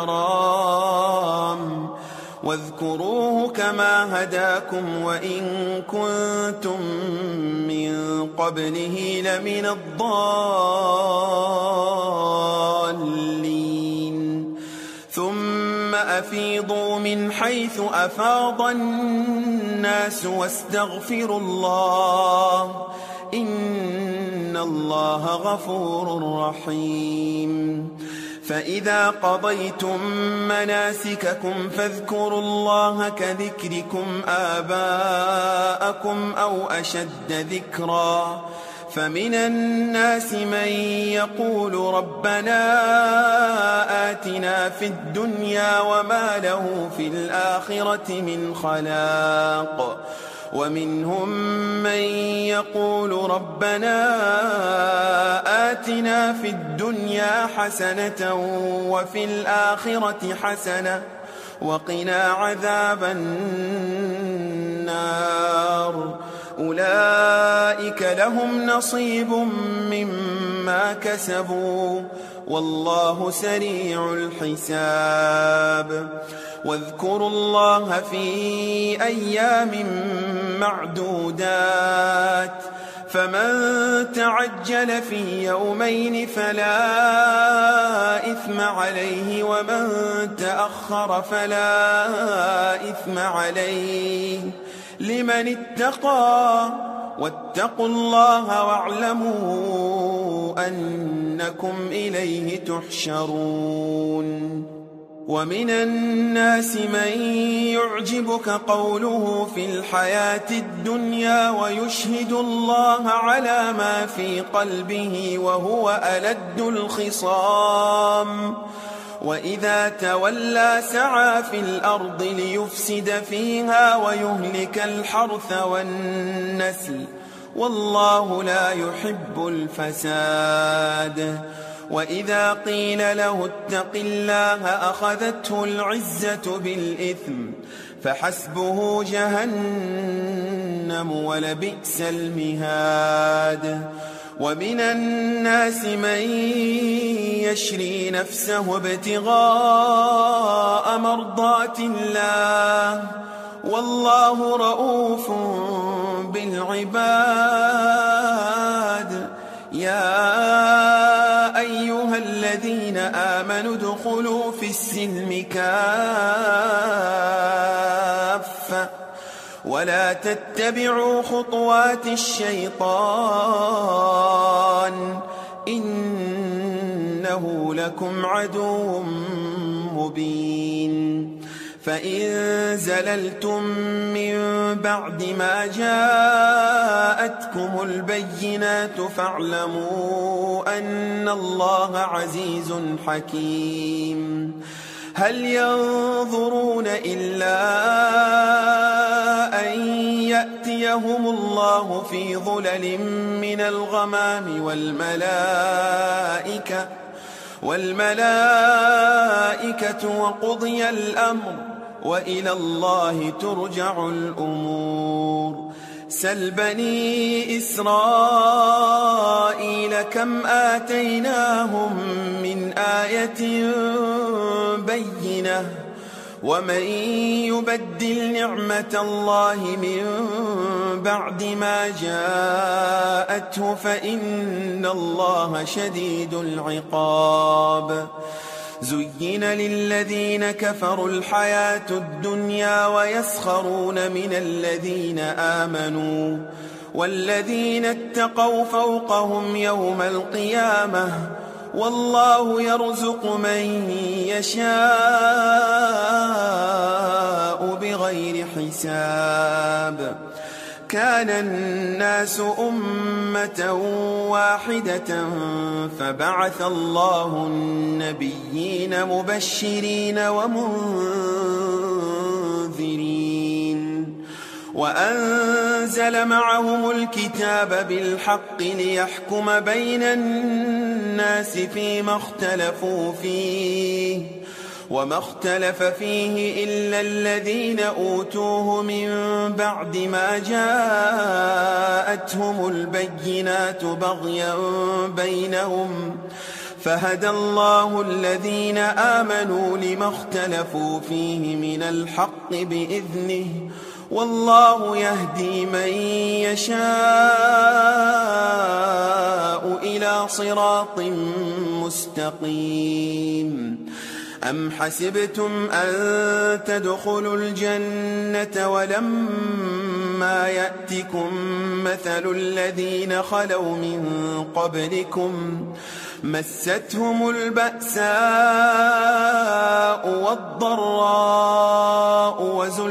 الحرام واذكروه كما هداكم وإن كنتم من قبله لمن الضالين ثم أفيضوا من حيث أفاض الناس واستغفروا الله إن الله غفور رحيم فإذا قضيتم مناسككم فاذكروا الله كذكركم آباءكم أو أشد ذكرا فمن الناس من يقول ربنا آتنا في الدنيا وما له في الآخرة من خلاق ومنهم من يقول ربنا آتنا في الدنيا حسنة وفي الآخرة حسنة وقنا عذاب النار أولئك لهم نصيب مما كسبوا والله سريع الحساب واذكروا الله في أيام معدودات فمن تعجل في يومين فلا إثم عليه ومن تأخر فلا إثم عليه لمن اتقى واتقوا الله واعلموا أنكم إليه تحشرون ومن الناس من يعجبك قوله في الحياة الدنيا ويشهد الله على ما في قلبه وهو ألد الخصام وإذا تولى سعى في الأرض ليفسد فيها ويهلك الحرث والنسل والله لا يحب الفساد وإذا قيل له اتق الله أخذته العزة بالإثم فحسبه جهنم ولبئس المهاد ومن الناس من يشري نفسه ابتغاء مرضات الله والله رؤوف بالعباد يا أيها الذين آمنوا ادخلوا في السلم كافة ولا تتبعوا خطوات الشيطان إنه لكم عدو مبين فإن زللتم من بعد ما جاءتكم البينات فاعلموا أن الله عزيز حكيم هل ينظرون إلا أن يأتيهم الله في ظلل من الغمام والملائكة وقضي الأمر وإلى الله ترجع الأمور سل بني إسرائيل كم آتيناهم من آية بينة ومن يبدل نعمة الله من بعد ما جاءته فإن الله شديد العقاب زين للذين كفروا الحياة الدنيا ويسخرون من الذين آمنوا والذين اتقوا فوقهم يوم القيامة والله يرزق من يشاء بغير حساب كان الناس أمة واحدة فبعث الله النبيين مبشرين ومنذرين وأنزل معهم الكتاب بالحق ليحكم بين الناس فيما اختلفوا فيه وما اختلف فيه إلا الذين أوتوه من بعد ما جاءتهم البينات بغيا بينهم فهدى الله الذين آمنوا لما اختلفوا فيه من الحق بإذنه والله يهدي من يشاء إلى صراط مستقيم أم حسبتم أن تدخلوا الجنة ولما يأتكم مثل الذين خلوا من قبلكم مستهم البأساء والضراء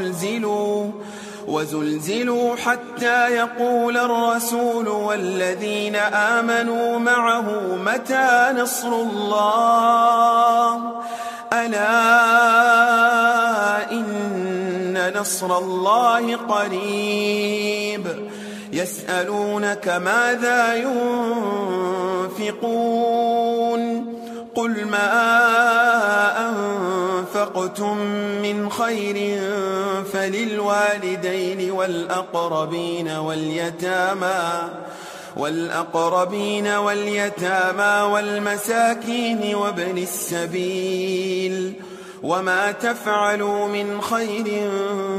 وزلزلوا حتى يقول الرسول والذين آمنوا معه متى نصر الله ألا إن إن نصر الله قريب يسألونك ماذا ينفقون قل ما أنفقتم من خير فللوالدين والأقربين واليتامى والمساكين وابن السبيل وما تفعلوا من خير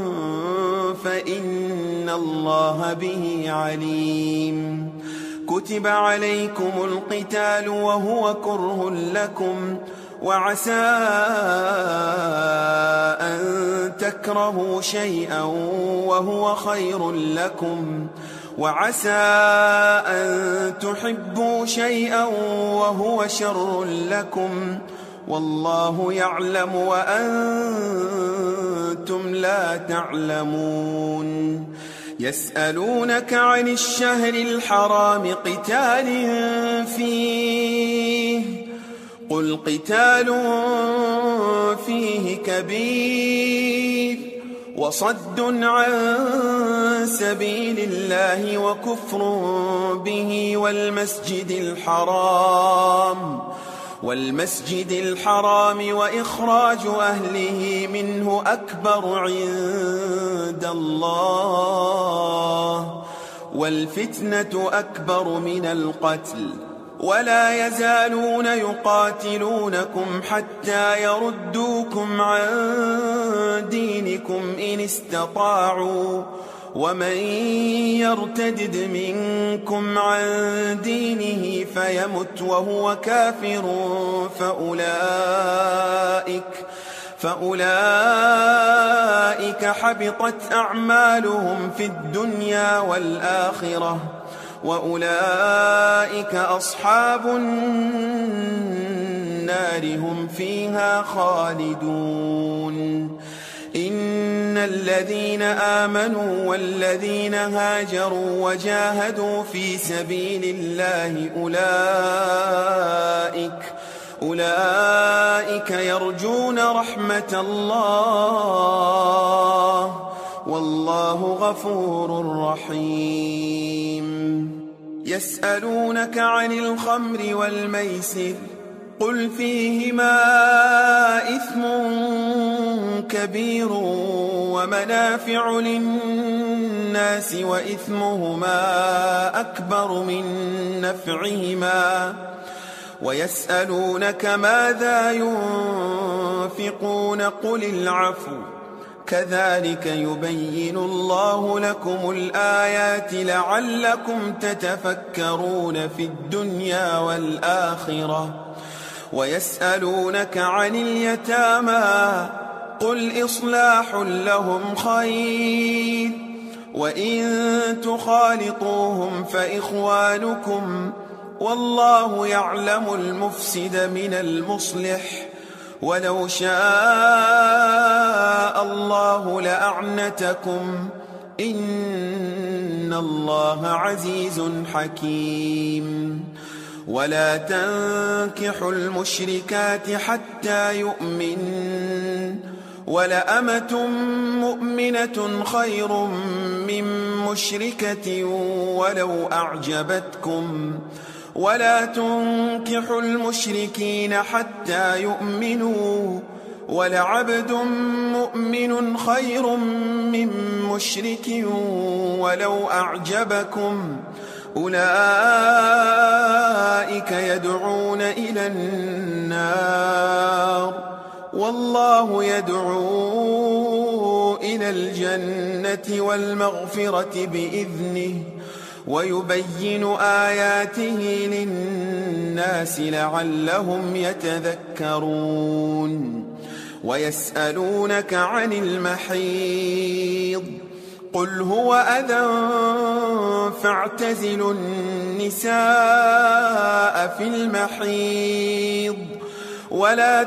فإن الله به عليم كتب عليكم القتال وهو كره لكم وعسى أن تكرهوا شيئا وهو خير لكم وعسى أن تحبوا شيئا وهو شر لكم والله يعلم وأنتم لا تعلمون يسألونك عن الشهر الحرام قتال فيه قل قتال فيه كبير وصد عن سبيل الله وكفر به والمسجد الحرام وإخراج أهله منه أكبر عند الله والفتنة أكبر من القتل ولا يزالون يقاتلونكم حتى يردوكم عن دينكم إن استطاعوا ومن يرتدد منكم عن دينه فيمت وهو كافر فأولئك حبطت أعمالهم في الدنيا والآخرة وأولئك أصحاب النار هم فيها خالدون إن الذين آمنوا والذين هاجروا وجاهدوا في سبيل الله أولئك يرجون رحمة الله والله غفور رحيم يسألونك عن الخمر والميسر قل فيهما إثم كبير ومنافع للناس وإثمهما أكبر من نفعهما ويسألونك ماذا ينفقون قل العفو كذلك يبين الله لكم الآيات لعلكم تتفكرون في الدنيا والآخرة ويسألونك عن اليتامى قل إصلاح لهم خير وإن تخالطوهم فإخوانكم والله يعلم المفسد من المصلح ولو شاء الله لأعنتكم إن الله عزيز حكيم ولا تنكحوا المشركات حتى يؤمنوا ولأمة مؤمنة خير من مشركة ولو أعجبتكم ولا تنكحوا المشركين حتى يؤمنوا ولعبد مؤمن خير من مشرك ولو أعجبكم أولئك يدعون إلى النار والله يدعو إلى الجنة والمغفرة بإذنه ويبين آياته للناس لعلهم يتذكرون ويسألونك عن المحيض قل هو أذى فاعتزلوا النساء في المحيض ولا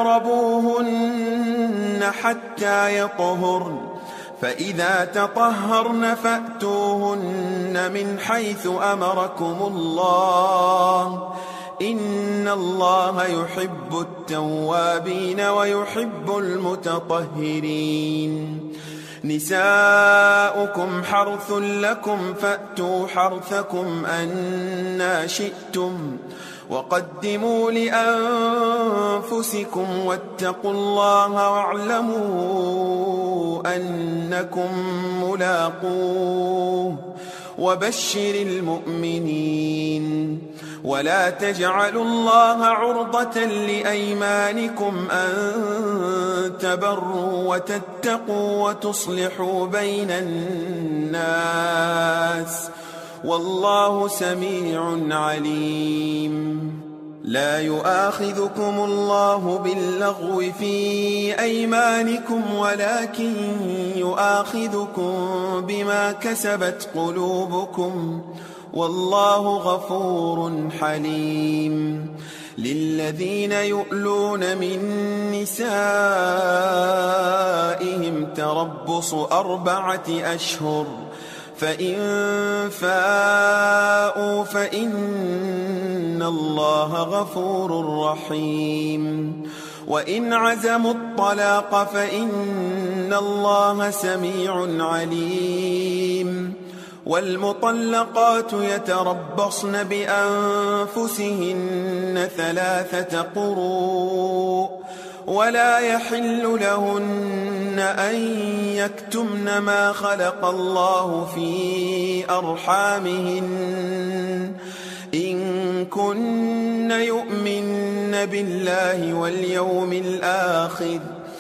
تقربوهن حتى يطهرن فإذا تطهرن فأتوهن من حيث أمركم الله إن الله يحب التوابين ويحب المتطهرين نساؤكم حرث لكم فأتوا حرثكم أنى شئتم وقدموا لأنفسكم واتقوا الله واعلموا أنكم ملاقوه وبشر المؤمنين. ولا تجعلوا الله عرضة لأيمانكم أن تبروا وتتقوا وتصلحوا بين الناس والله سميع عليم. لا يؤاخذكم الله باللغو في أيمانكم ولكن يؤاخذكم بما كسبت قلوبكم والله غفور حليم. للذين يؤلون من نسائهم تربص 4 أشهر فإن فاءوا فإن الله غفور رحيم. وإن عزموا الطلاق فإن الله سميع عليم. والمطلقات يتربصن بأنفسهن 3 قروء ولا يحل لهن أن يكتمن ما خلق الله في أرحامهن إن كن يؤمن بالله واليوم الآخر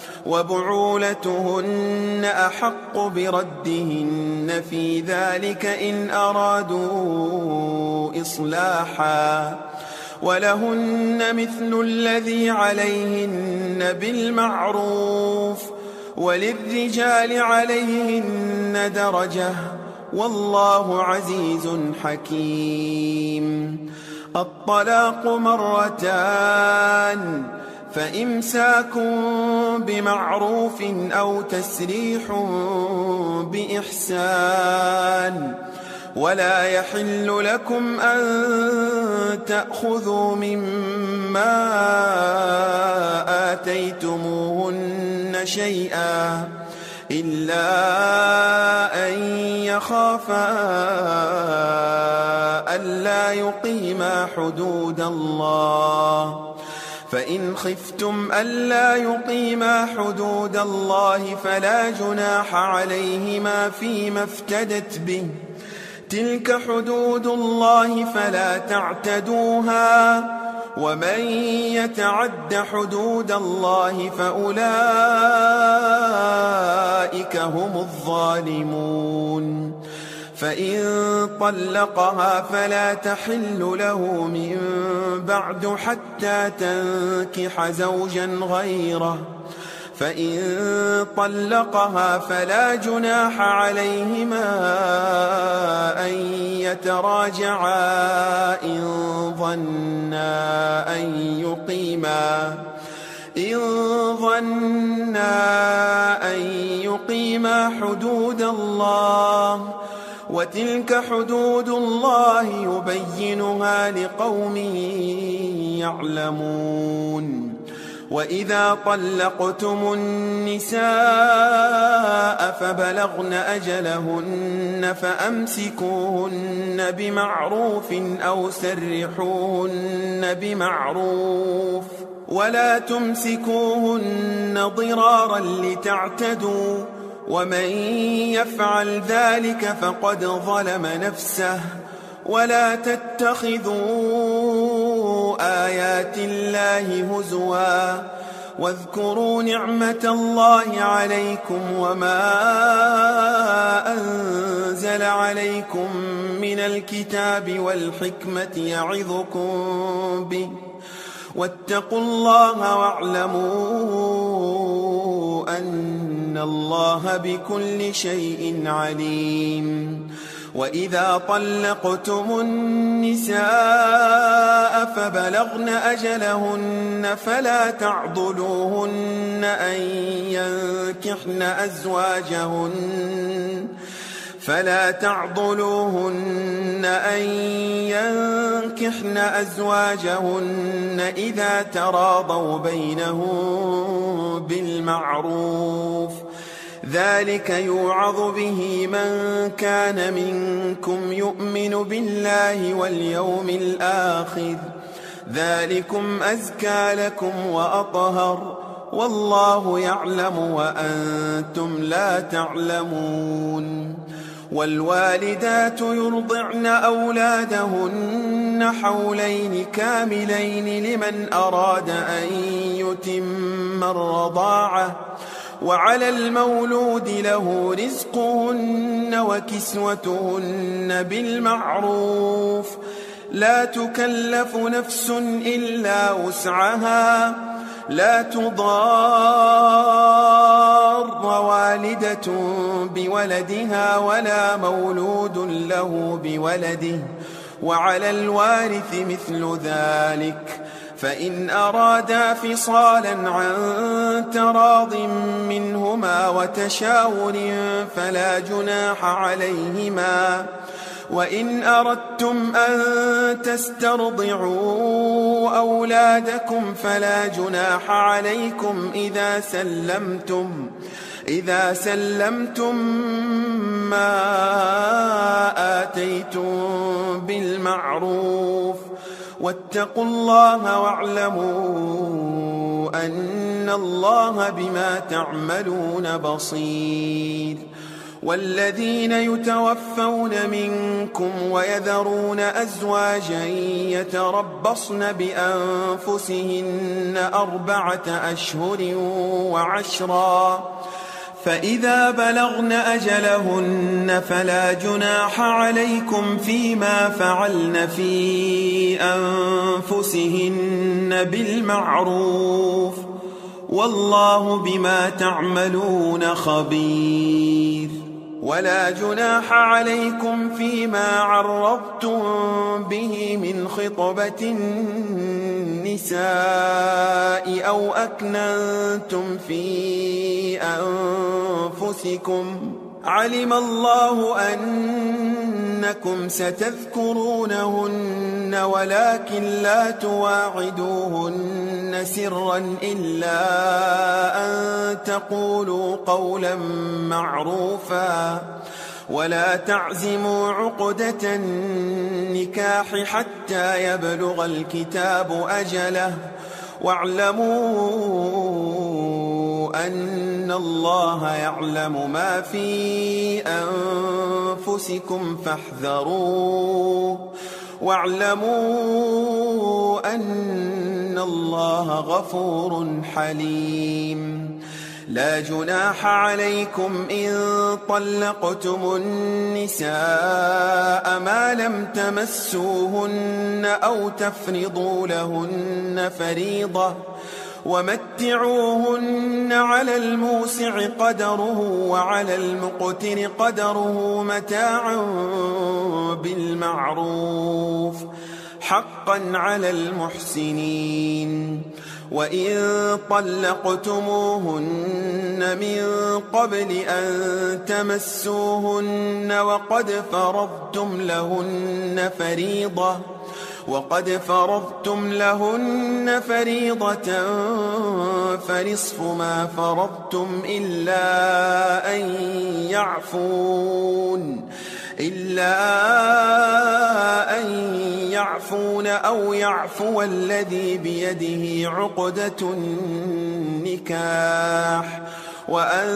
وبعولتهن أحق بردهن في ذلك إن أرادوا إصلاحا ولهن مثل الذي عليهن بالمعروف وللرجال عليهن درجة والله عزيز حكيم. الطلاق 2 فإمساك بمعروف أو تسريح بإحسان. ولا يحل لكم أن تأخذوا مما آتيتموهن شيئا إلا أن يخافا ألا يقيما حدود الله. فإن خفتم ألا يقيما حدود الله فلا جناح عليهما فيما افتدت به. تلك حدود الله فلا تعتدوها ومن يتعد حدود الله فأولئك هم الظالمون. فإن طلقها فلا تحل له من بعد حتى تنكح زوجا غيره. فإن طلقها فلا جناح عليهما أن يتراجعا إن ظنا أن يقيما حدود الله وتلك حدود الله يبينها لقوم يعلمون. وإذا طلقتم النساء فبلغن أجلهن فأمسكوهن بمعروف أو سرحوهن بمعروف ولا تمسكوهن ضرارا لتعتدوا ومن يفعل ذلك فقد ظلم نفسه. ولا تتخذوا آيات الله هزوا واذكروا نعمة الله عليكم وما أنزل عليكم من الكتاب والحكمة يعظكم به واتقوا الله واعلموا أن الله بكل شيء عليم. وإذا طلقتم النساء فبلغن أجلهن فلا تعضلوهن أن ينكحن أزواجهن إذا تراضوا بينهم بالمعروف ذلك يوعظ به من كان منكم يؤمن بالله واليوم الآخر ذلكم أزكى لكم وأطهر والله يعلم وأنتم لا تعلمون والوالدات يرضعن أولادهن حولين كاملين لمن أراد أن يتم الرضاعة وعلى المولود له رزقهن وكسوتهن بالمعروف لا تكلف نفس إلا وسعها لا تضار والدة بولدها ولا مولود له بولده وعلى الوارث مثل ذلك فإن أرادا فصالا عن تراض منهما وتشاور فلا جناح عليهما وإن أردتم أن تسترضعوا أولادكم فلا جناح عليكم إذا سلمتم ما آتيتم بالمعروف واتقوا الله واعلموا أن الله بما تعملون بصير والذين يتوفون منكم ويذرون أزواجا يتربصن بأنفسهن 4 أشهر وعشرا فإذا بلغن أجلهن فلا جناح عليكم فيما فعلن في أنفسهن بالمعروف والله بما تعملون خبير ولا جناح عليكم فيما عرضتم به من خطبة النساء أو أكننتم في أنفسكم علم الله أنكم ستذكرونهن ولكن لا تواعدوهن سرا إلا أن تقولوا قولا معروفا ولا تعزموا عقدة النكاح حتى يبلغ الكتاب أجله واعلموا أن الله يعلم ما في أنفسكم فاحذروه واعلموا أن الله غفور حليم لا جناح عليكم إن طلقتم النساء ما لم تمسوهن أو تفرضوا لهن فريضة ومتعوهن على الموسع قدره وعلى المقتر قدره متاعا بالمعروف حقا على المحسنين وإن طلقتموهن من قبل أن تمسوهن وقد فرضتم لهن فريضة فنصف ما فرضتم إلا أن يعفون أو يعفو الذي بيده عقدة النكاح وأن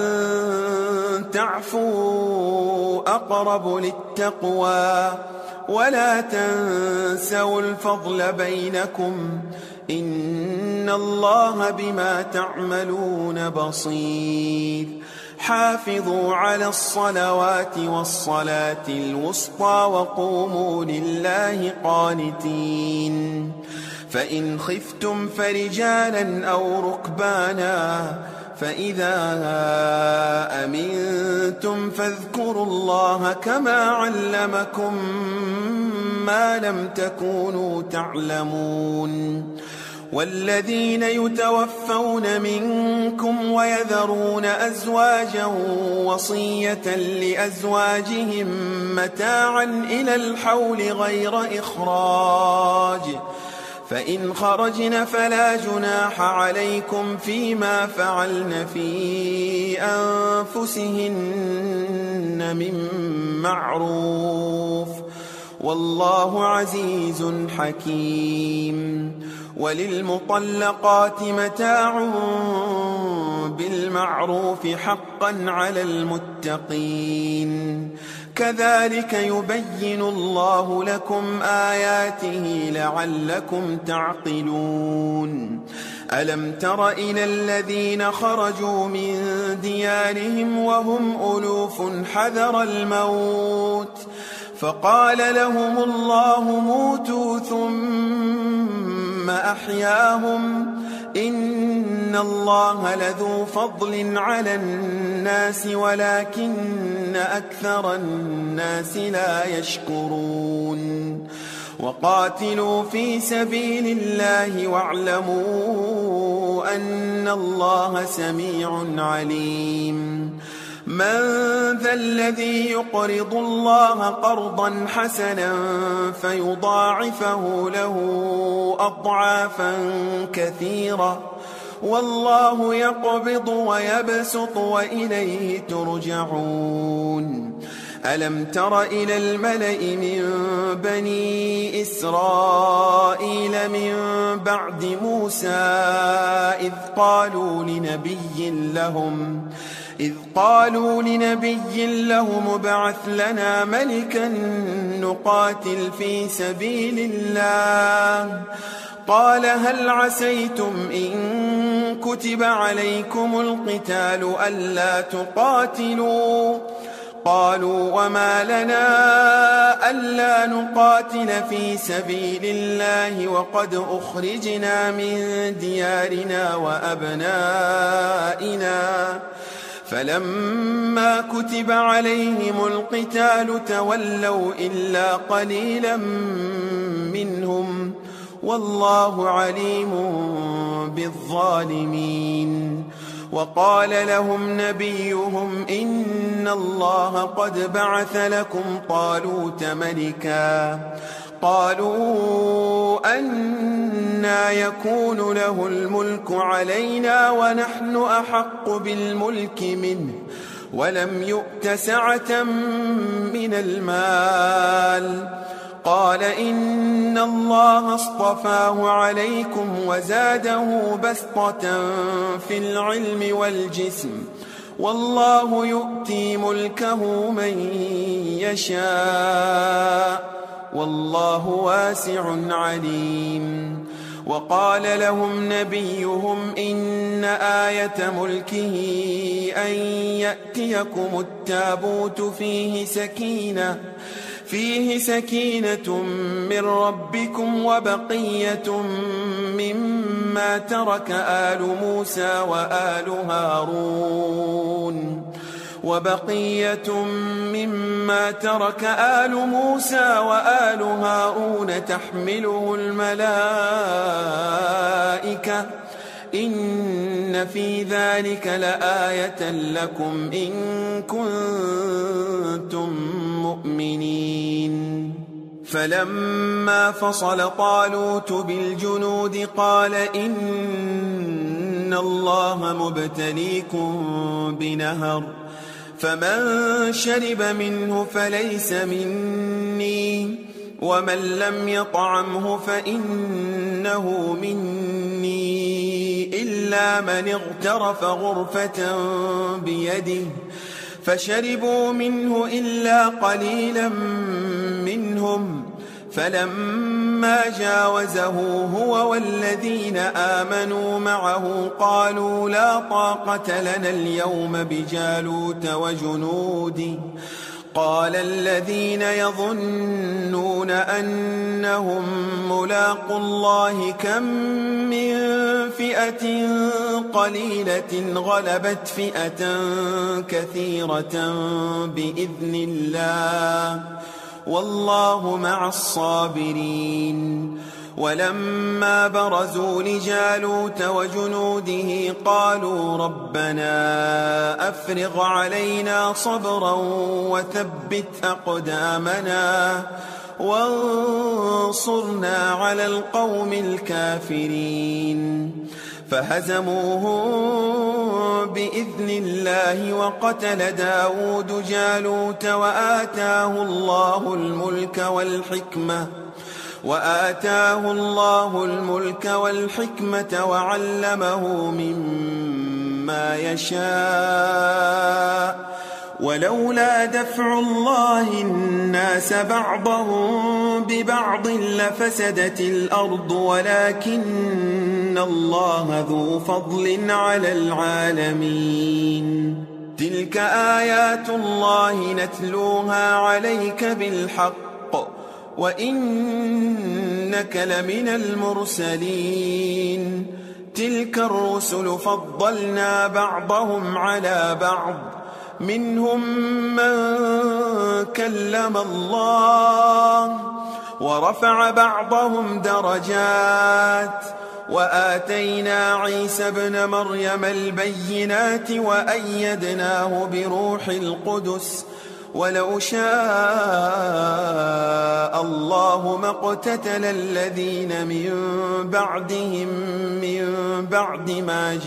تعفوا أقرب للتقوى ولا تنسوا الفضل بينكم إن الله بما تعملون بصير حافظوا على الصلوات والصلاة الوسطى وقوموا لله قانتين فإن خفتم فرجالا أو ركبانا فإذا أمنتم فاذكروا الله كما علمكم ما لم تكونوا تعلمون والذين يتوفون منكم ويذرون أزواجا وصية لأزواجهم متاعا إلى الحول غير إخراج فإن خرجن فلا جناح عليكم فيما فعلن في أنفسهن من معروف والله عزيز حكيم. وللمطلقات متاع بالمعروف حقا على المتقين كذلك يبين الله لكم آياته لعلكم تعقلون. ألم تر إلى الذين خرجوا من ديارهم وهم ألوف حذر الموت فقال لهم الله موتوا ثم أحياهم إن الله لذو فضل على الناس ولكن أكثر الناس لا يشكرون. وقاتلوا في سبيل الله واعلموا أن الله سميع عليم. من ذا الذي يقرض الله قرضا حسنا فيضاعفه له أضعافا كثيرة والله يقبض ويبسط وإليه ترجعون. ألم تر إلى الملأ من بني إسرائيل من بعد موسى إذ قالوا لنبي لهم ابعث لنا ملكا نقاتل في سبيل الله قال هل عسيتم إن كتب عليكم القتال ألا تقاتلوا قالوا وما لنا ألا نقاتل في سبيل الله وقد أخرجنا من ديارنا وأبنائنا فلما كتب عليهم القتال تولوا إلا قليلا منهم والله عليم بالظالمين. وقال لهم نبيهم إن الله قد بعث لكم طالوت ملكا قالوا أنى يكون له الملك علينا ونحن أحق بالملك منه ولم يؤت سعة من المال قال إن الله اصطفاه عليكم وزاده بسطة في العلم والجسم والله يؤتي ملكه من يشاء والله واسع عليم. وقال لهم نبيهم إن آية ملكه أن يأتيكم التابوت فيه سكينة من ربكم وبقية مما ترك آل موسى وآل هارون تحمله الملائكة إن في ذلك لآية لكم إن كنتم مؤمنين. فلما فصل طالوت بالجنود قال إن الله مبتليكم بنهر فمن شرب منه فليس مني ومن لم يطعمه فإنه مني إلا من اغترف غرفة بيده فشربوا منه إلا قليلا منهم فلما جاوزه هو والذين آمنوا معه قالوا لا طاقة لنا اليوم بجالوت وجنوده قال الذين يظنون أنهم ملاقوا الله كم من فئة قليلة غلبت فئة كثيرة بإذن الله والله مع الصابرين. ولما برزوا لجالوت وجنوده قالوا ربنا أفرغ علينا صبرا وثبت أقدامنا وانصرنا وانصرنا على القوم الكافرين فهزموهم بإذن الله وقتل داود جالوت وآتاه الله الملك والحكمة وعلمه مما يشاء ولولا دفع الله الناس بعضهم ببعض لفسدت الأرض ولكن الله ذو فضل على العالمين تلك آيات الله نتلوها عليك بالحق وإنك لمن المرسلين تلك الرسل فضلنا بعضهم على بعض منهم من كلم الله ورفع بعضهم درجات وآتينا عيسى ابن مريم البينات وأيدناه بروح القدس ولو شاء الله ما اقتتل الذين من بعد ما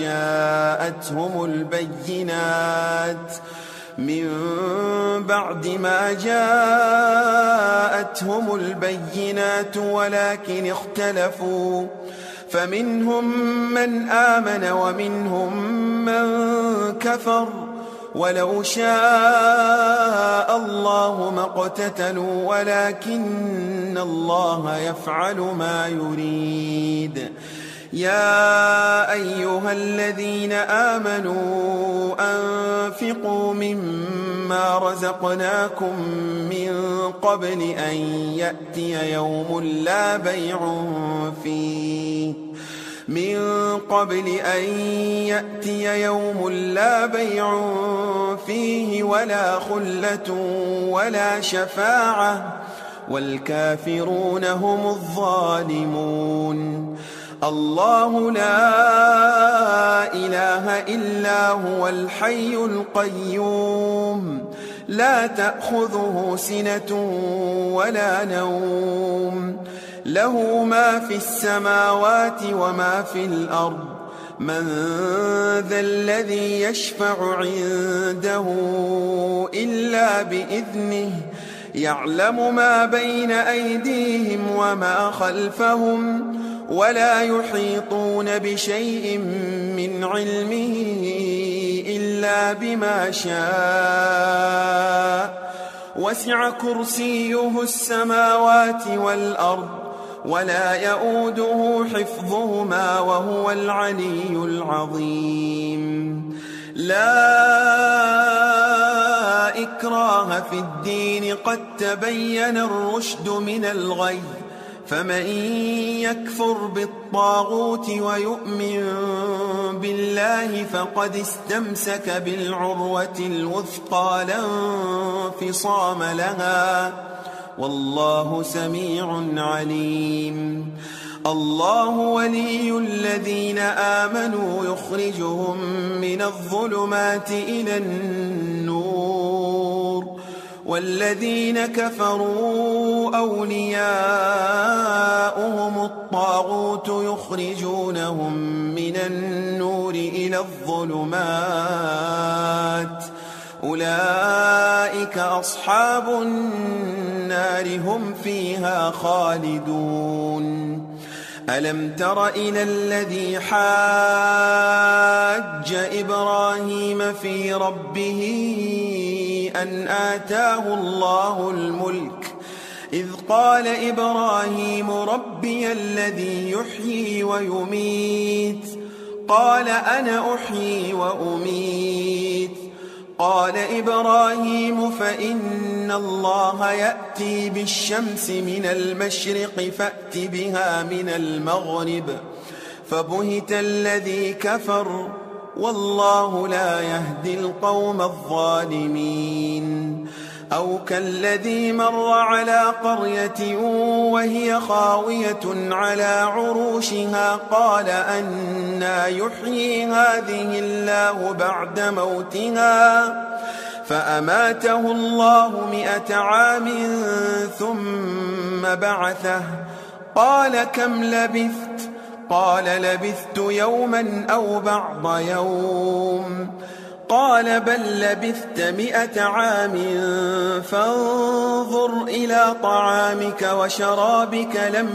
جاءتهم البينات ولكن اختلفوا فمنهم من آمن ومنهم من كفر ولو شاء الله ما اقتتلوا ولكن الله يفعل ما يريد يا أيها الذين آمنوا أنفقوا مما رزقناكم من قبل أن يأتي يوم لا بيع فيه ولا خلة ولا شفاعة والكافرون هم الظالمون الله لا إله إلا هو الحي القيوم لا تأخذه سنة ولا نوم له ما في السماوات وما في الأرض من ذا الذي يشفع عنده إلا بإذنه يعلم ما بين أيديهم وما خلفهم ولا يحيطون بشيء من علمه إلا بما شاء وسع كرسيه السماوات والأرض ولا يؤوده حفظهما وهو العلي العظيم لا إكراه في الدين قد تبين الرشد من الغي فمن يكفر بالطاغوت ويؤمن بالله فقد استمسك بالعروة الوثقى لا انفصام لها والله سميع عليم الله ولي الذين آمنوا يخرجهم من الظلمات إلى النور والذين كفروا أولياؤهم الطاغوت يخرجونهم من النور إلى الظلمات أولئك أصحاب النار هم فيها خالدون ألم تر إلى الذي حاج إبراهيم في ربه أن آتاه الله الملك إذ قال إبراهيم ربي الذي يحيي ويميت قال أنا أحيي وأميت قال إبراهيم فإن الله يأتي بالشمس من المشرق فأت بها من المغرب فبهت الذي كفر والله لا يهدي القوم الظالمين أو كالذي مر على قرية وهي خاوية على عروشها قال أنى يحيي هذه الله بعد موتها فأماته الله 100 عام ثم بعثه قال كم لبثت؟ قال لبثت يوما أو بعض يوم. قال بل لبثت 100 عام فانظر إلى طعامك وشرابك لم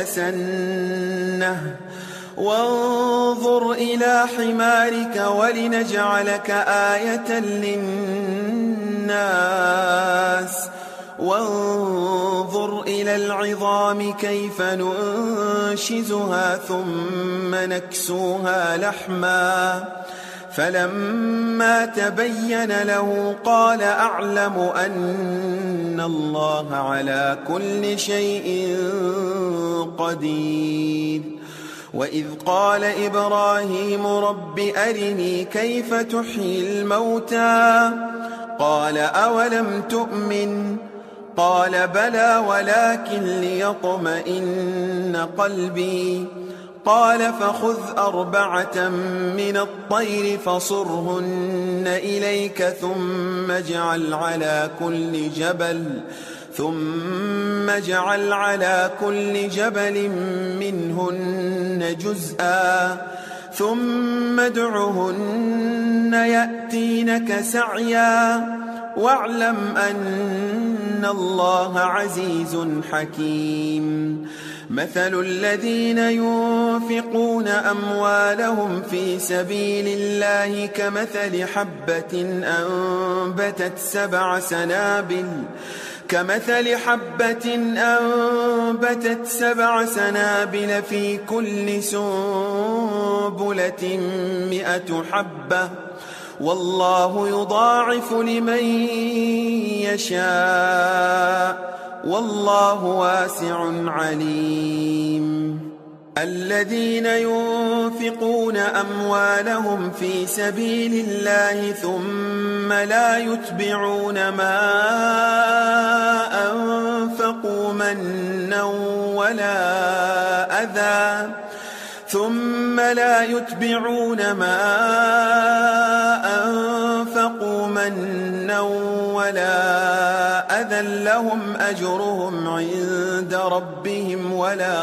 يتسنه وانظر إلى حمارك ولنجعلك آية للناس وانظر إلى العظام كيف ننشزها ثم نكسوها لحما فلما تبين له قال أعلم أن الله على كل شيء قدير. وإذ قال إبراهيم رب أرني كيف تحيي الموتى قال أولم تؤمن قال بلى ولكن ليطمئن قلبي قال فخذ 4 من الطير فصرهن إليك ثم اجعل على كل جبل منهن جزءا ثم ادعهن يأتينك سعيا واعلم أن الله عزيز حكيم. مثل الذين ينفقون أموالهم في سبيل الله كمثل حبة أنبتت 7 سنابل في كل سنبلة 100 حبة والله يضاعف لمن يشاء والله واسع عليم. الذين ينفقون أموالهم في سبيل الله ثم لا يتبعون ما أنفقوا منا ولا أذى لهم أجرهم عند ربهم ولا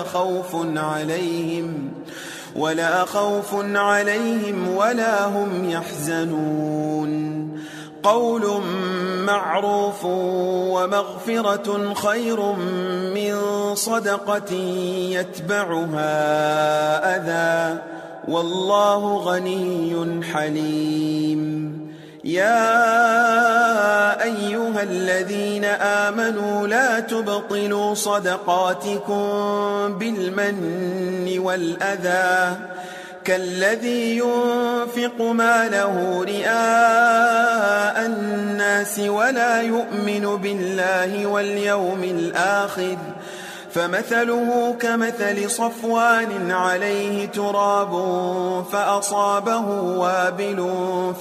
خوف عليهم ولا هم يحزنون. قول معروف ومغفرة خير من صدقة يتبعها أذى والله غني حليم. يا أيها الذين آمنوا لا تبطلوا صدقاتكم بالمن والأذى كالذي ينفق ماله رئاء الناس ولا يؤمن بالله واليوم الآخر فمثله كمثل صفوان عليه تراب فأصابه وابل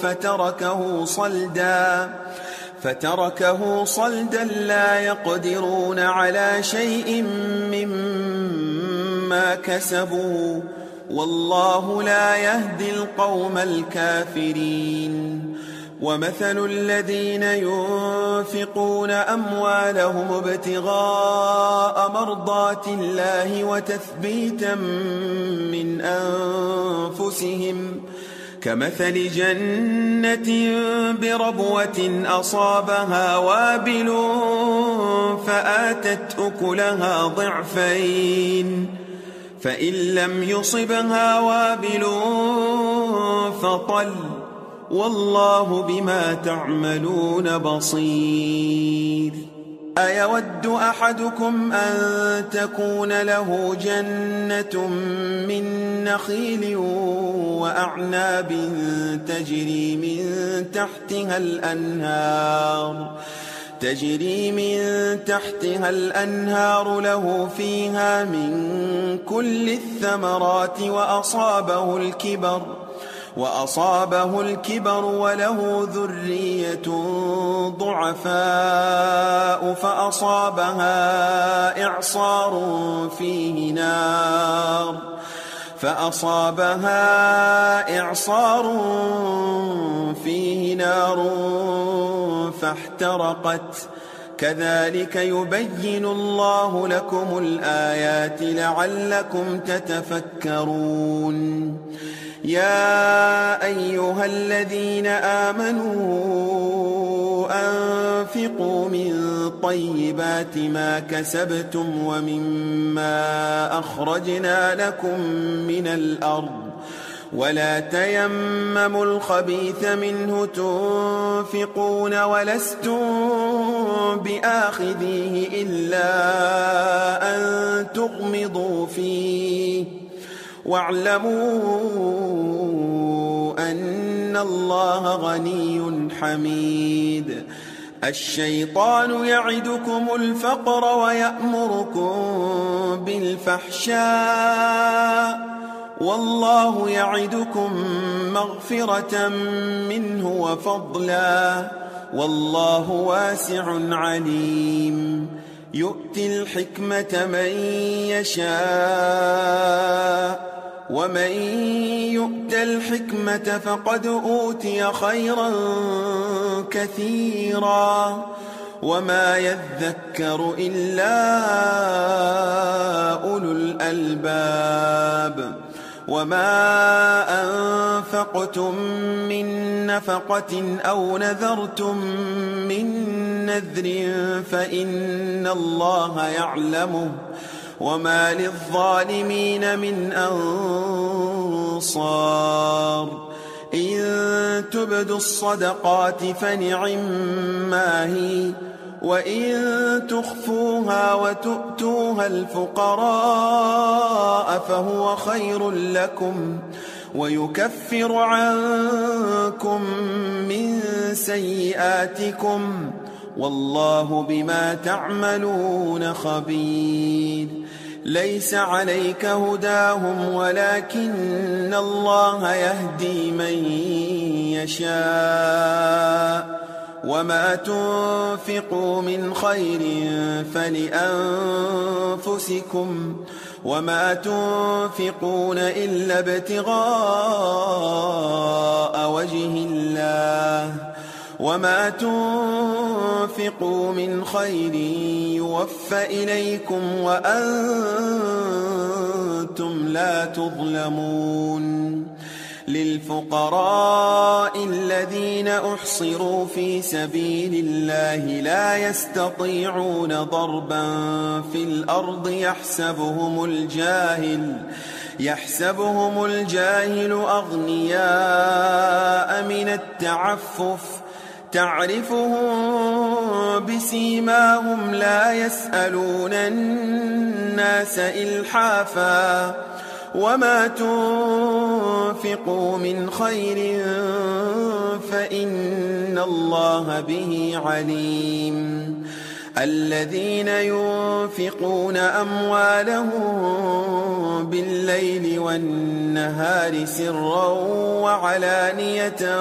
فتركه صلدا لا يقدرون على شيء مما كسبوا والله لا يهدي القوم الكافرين. ومثل الذين ينفقون أموالهم ابتغاء مرضات الله وتثبيتا من أنفسهم كمثل جنة بربوة أصابها وابل فآتت أكلها ضعفين فإن لم يصبها وابل فطل والله بما تعملون بصير. أيود أحدكم أن تكون له جنة من نخيل وأعناب تجري من تحتها الأنهار له فيها من كل الثمرات وأصابه الكبر وله ذرية ضعفاء فأصابها إعصار فأصابها إعصار فيه نار فاحترقت كذلك يبين الله لكم الآيات لعلكم تتفكرون يا أيها الذين آمنوا أنفقوا من طيبات ما كسبتم ومما أخرجنا لكم من الأرض ولا تيمموا الخبيث منه تنفقون ولستم بآخذيه إلا أن تغمضوا فيه واعلموا أن الله غني حميد الشيطان يعدكم الفقر ويأمركم بالفحشاء والله يعدكم مغفرة منه وفضلا والله واسع عليم يؤتي الحكمة من يشاء ومن يؤت الحكمة فقد أوتي خيرا كثيرا وما يذكر إلا أولو الألباب وما أنفقتم من نفقة أو نذرتم من نذر فإن الله يعلمه وما للظالمين من أنصار إن تبدوا الصدقات فنعما هي وإن تخفوها وتؤتوها الفقراء فهو خير لكم ويكفر عنكم من سيئاتكم والله بما تعملون خبير ليس عليك هداهم ولكن الله يهدي من يشاء وما تنفقوا من خير فلأنفسكم وما تنفقون إلا ابتغاء وجه الله وما تنفقوا من خير يوفى إليكم وأنتم لا تظلمون للفقراء الذين أحصروا في سبيل الله لا يستطيعون ضربا في الأرض يحسبهم الجاهل أغنياء من التعفف تعرفهم بسيماهم لا يسألون الناس إلحافا وما تنفقوا من خير فإن الله به عليم الذين ينفقون أموالهم بالليل والنهار سرا وعلانية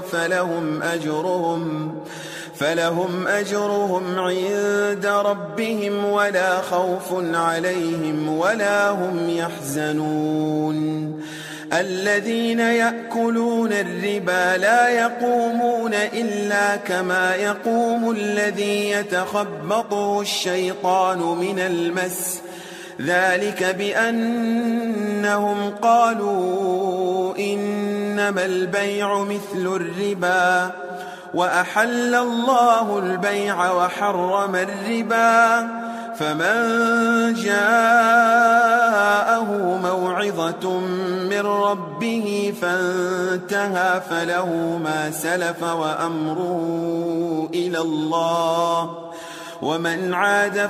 فلهم أجرهم عند ربهم ولا خوف عليهم ولا هم يحزنون الذين يأكلون الربا لا يقومون إلا كما يقوم الذي يتخبطه الشيطان من المس ذلك بأنهم قالوا إنما البيع مثل الربا وأحل الله البيع وحرم الربا فمن جاءه موعظة من ربه فانتهى فله ما سلف وأمره إلى الله ومن عاد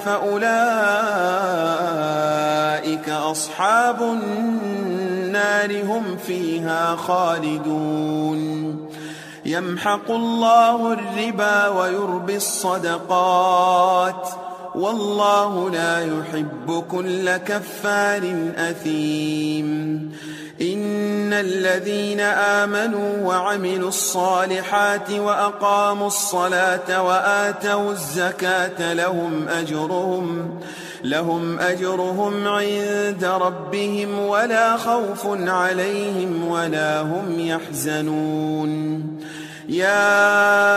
فأولئك أصحاب النار هم فيها خالدون يمحق الله الربا ويربي الصدقات والله لا يحب كل كفار أثيم إن الذين آمنوا وعملوا الصالحات وأقاموا الصلاة وآتوا الزكاة لهم أجرهم عند ربهم ولا خوف عليهم ولا هم يحزنون يا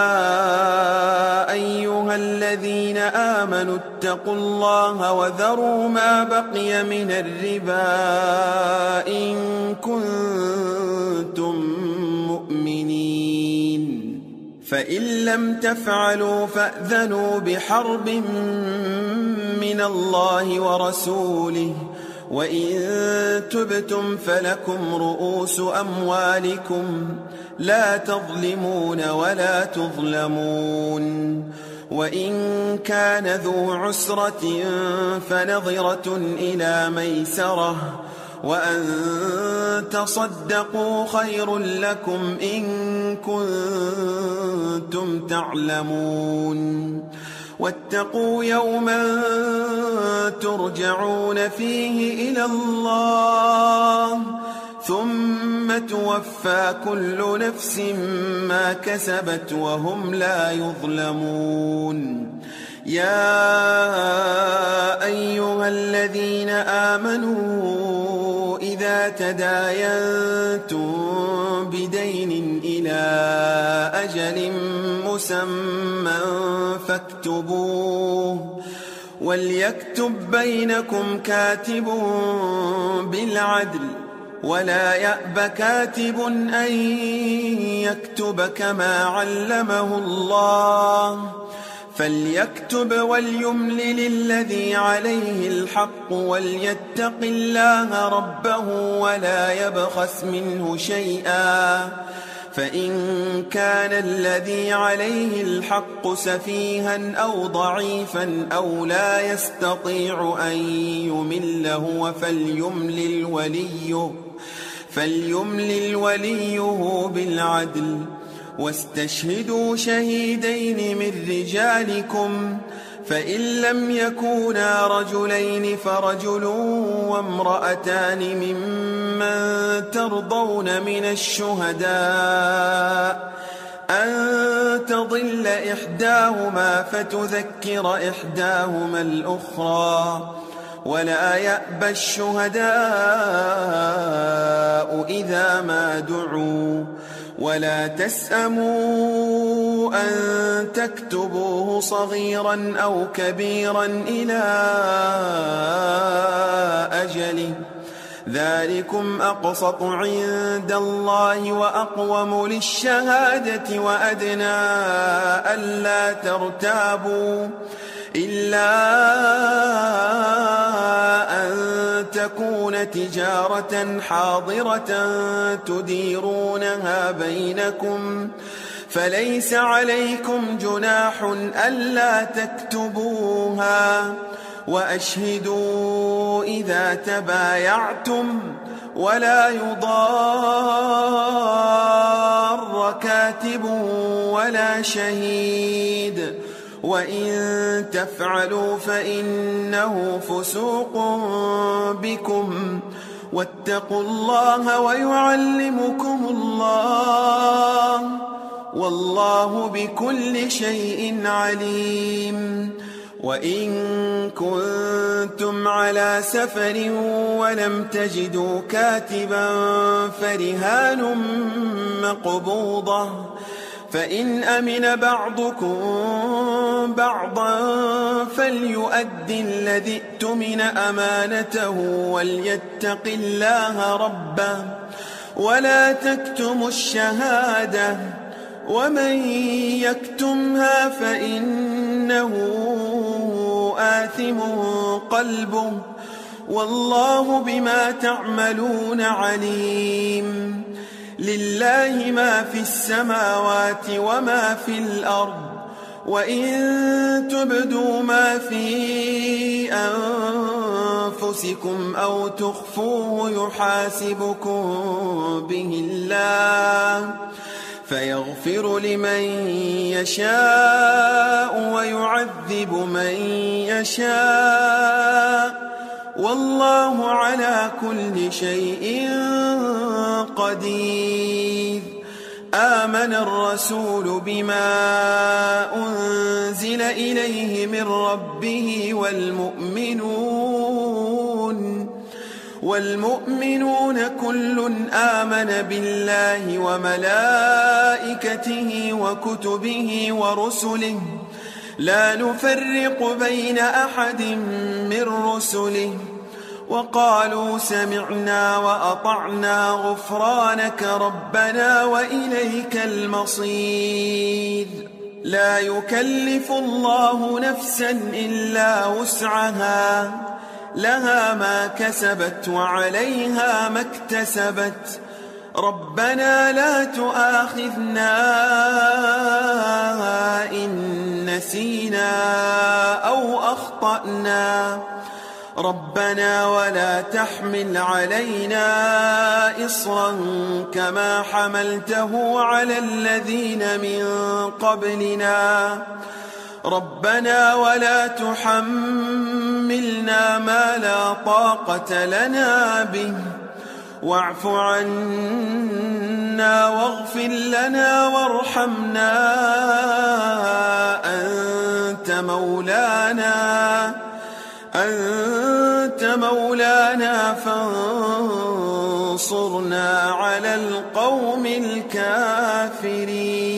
أيها الذين آمنوا اتقوا الله وذروا ما بقي من الربا إن كنتم مؤمنين فإن لم تفعلوا فأذنوا بحرب من الله ورسوله وإن تبتم فلكم رؤوس أموالكم لا تظلمون ولا تظلمون وإن كان ذو عسرة فنظرة إلى ميسرة وأن تصدقوا خير لكم إن كنتم تعلمون واتقوا يوما ترجعون فيه إلى الله ثم توفى كل نفس ما كسبت وهم لا يظلمون يا أيها الذين آمنوا إذا تداينتم بدين إلى أجل مسمى فاكتبوه وليكتب بينكم كاتب بالعدل ولا يأب كاتب أن يكتب كما علمه الله فليكتب وليملل الذي عليه الحق وليتق الله ربه ولا يبخس منه شيئا فإن كان الذي عليه الحق سفيها أو ضعيفا أو لا يستطيع أن يمل هو فليملل وليه بالعدل واستشهدوا شهيدين من رجالكم فإن لم يكونا رجلين فرجل وامرأتان ممن ترضون من الشهداء أن تضل إحداهما فتذكر إحداهما الأخرى ولا يأبى الشهداء إذا ما دعوا ولا تسأموا أن تكتبوه صغيرا أو كبيرا إلى أجله ذلكم أقسط عند الله وأقوم للشهادة وأدنى ألا ترتابوا إلا أن تكون تجارة حاضرة تديرونها بينكم فليس عليكم جناح ألا تكتبوها وأشهدوا إذا تبايعتم ولا يضار كاتب ولا شهيد وإن تفعلوا فإنه فسوق بكم واتقوا الله ويعلمكم الله والله بكل شيء عليم وإن كنتم على سفر ولم تجدوا كاتبا فرهان مقبوضة فإن أمن بعضكم بعضا فليؤدي الذي ائتمن أمانته وليتق الله ربه ولا تكتموا الشهادة ومن يكتمها فإنه آثم قلبه والله بما تعملون عليم لله ما في السماوات وما في الأرض وإن تبدوا ما في أنفسكم أو تخفوه يحاسبكم به الله فيغفر لمن يشاء ويعذب من يشاء والله على كل شيء قدير آمن الرسول بما أنزل إليه من ربه والمؤمنون كل آمن بالله وملائكته وكتبه ورسله لا نفرق بين أحد من رسله وقالوا سمعنا وأطعنا غفرانك ربنا وإليك المصير. لا يكلف الله نفسا إلا وسعها لها ما كسبت وعليها ما اكتسبت ربنا لا تؤاخذنا إن نسينا أو أخطأنا ربنا ولا تحمل علينا إصرا كما حملته على الذين من قبلنا ربنا ولا تحملنا ما لا طاقة لنا به واعف عنا واغفر لنا وارحمنا أنت مولانا فانصرنا على القوم الكافرين.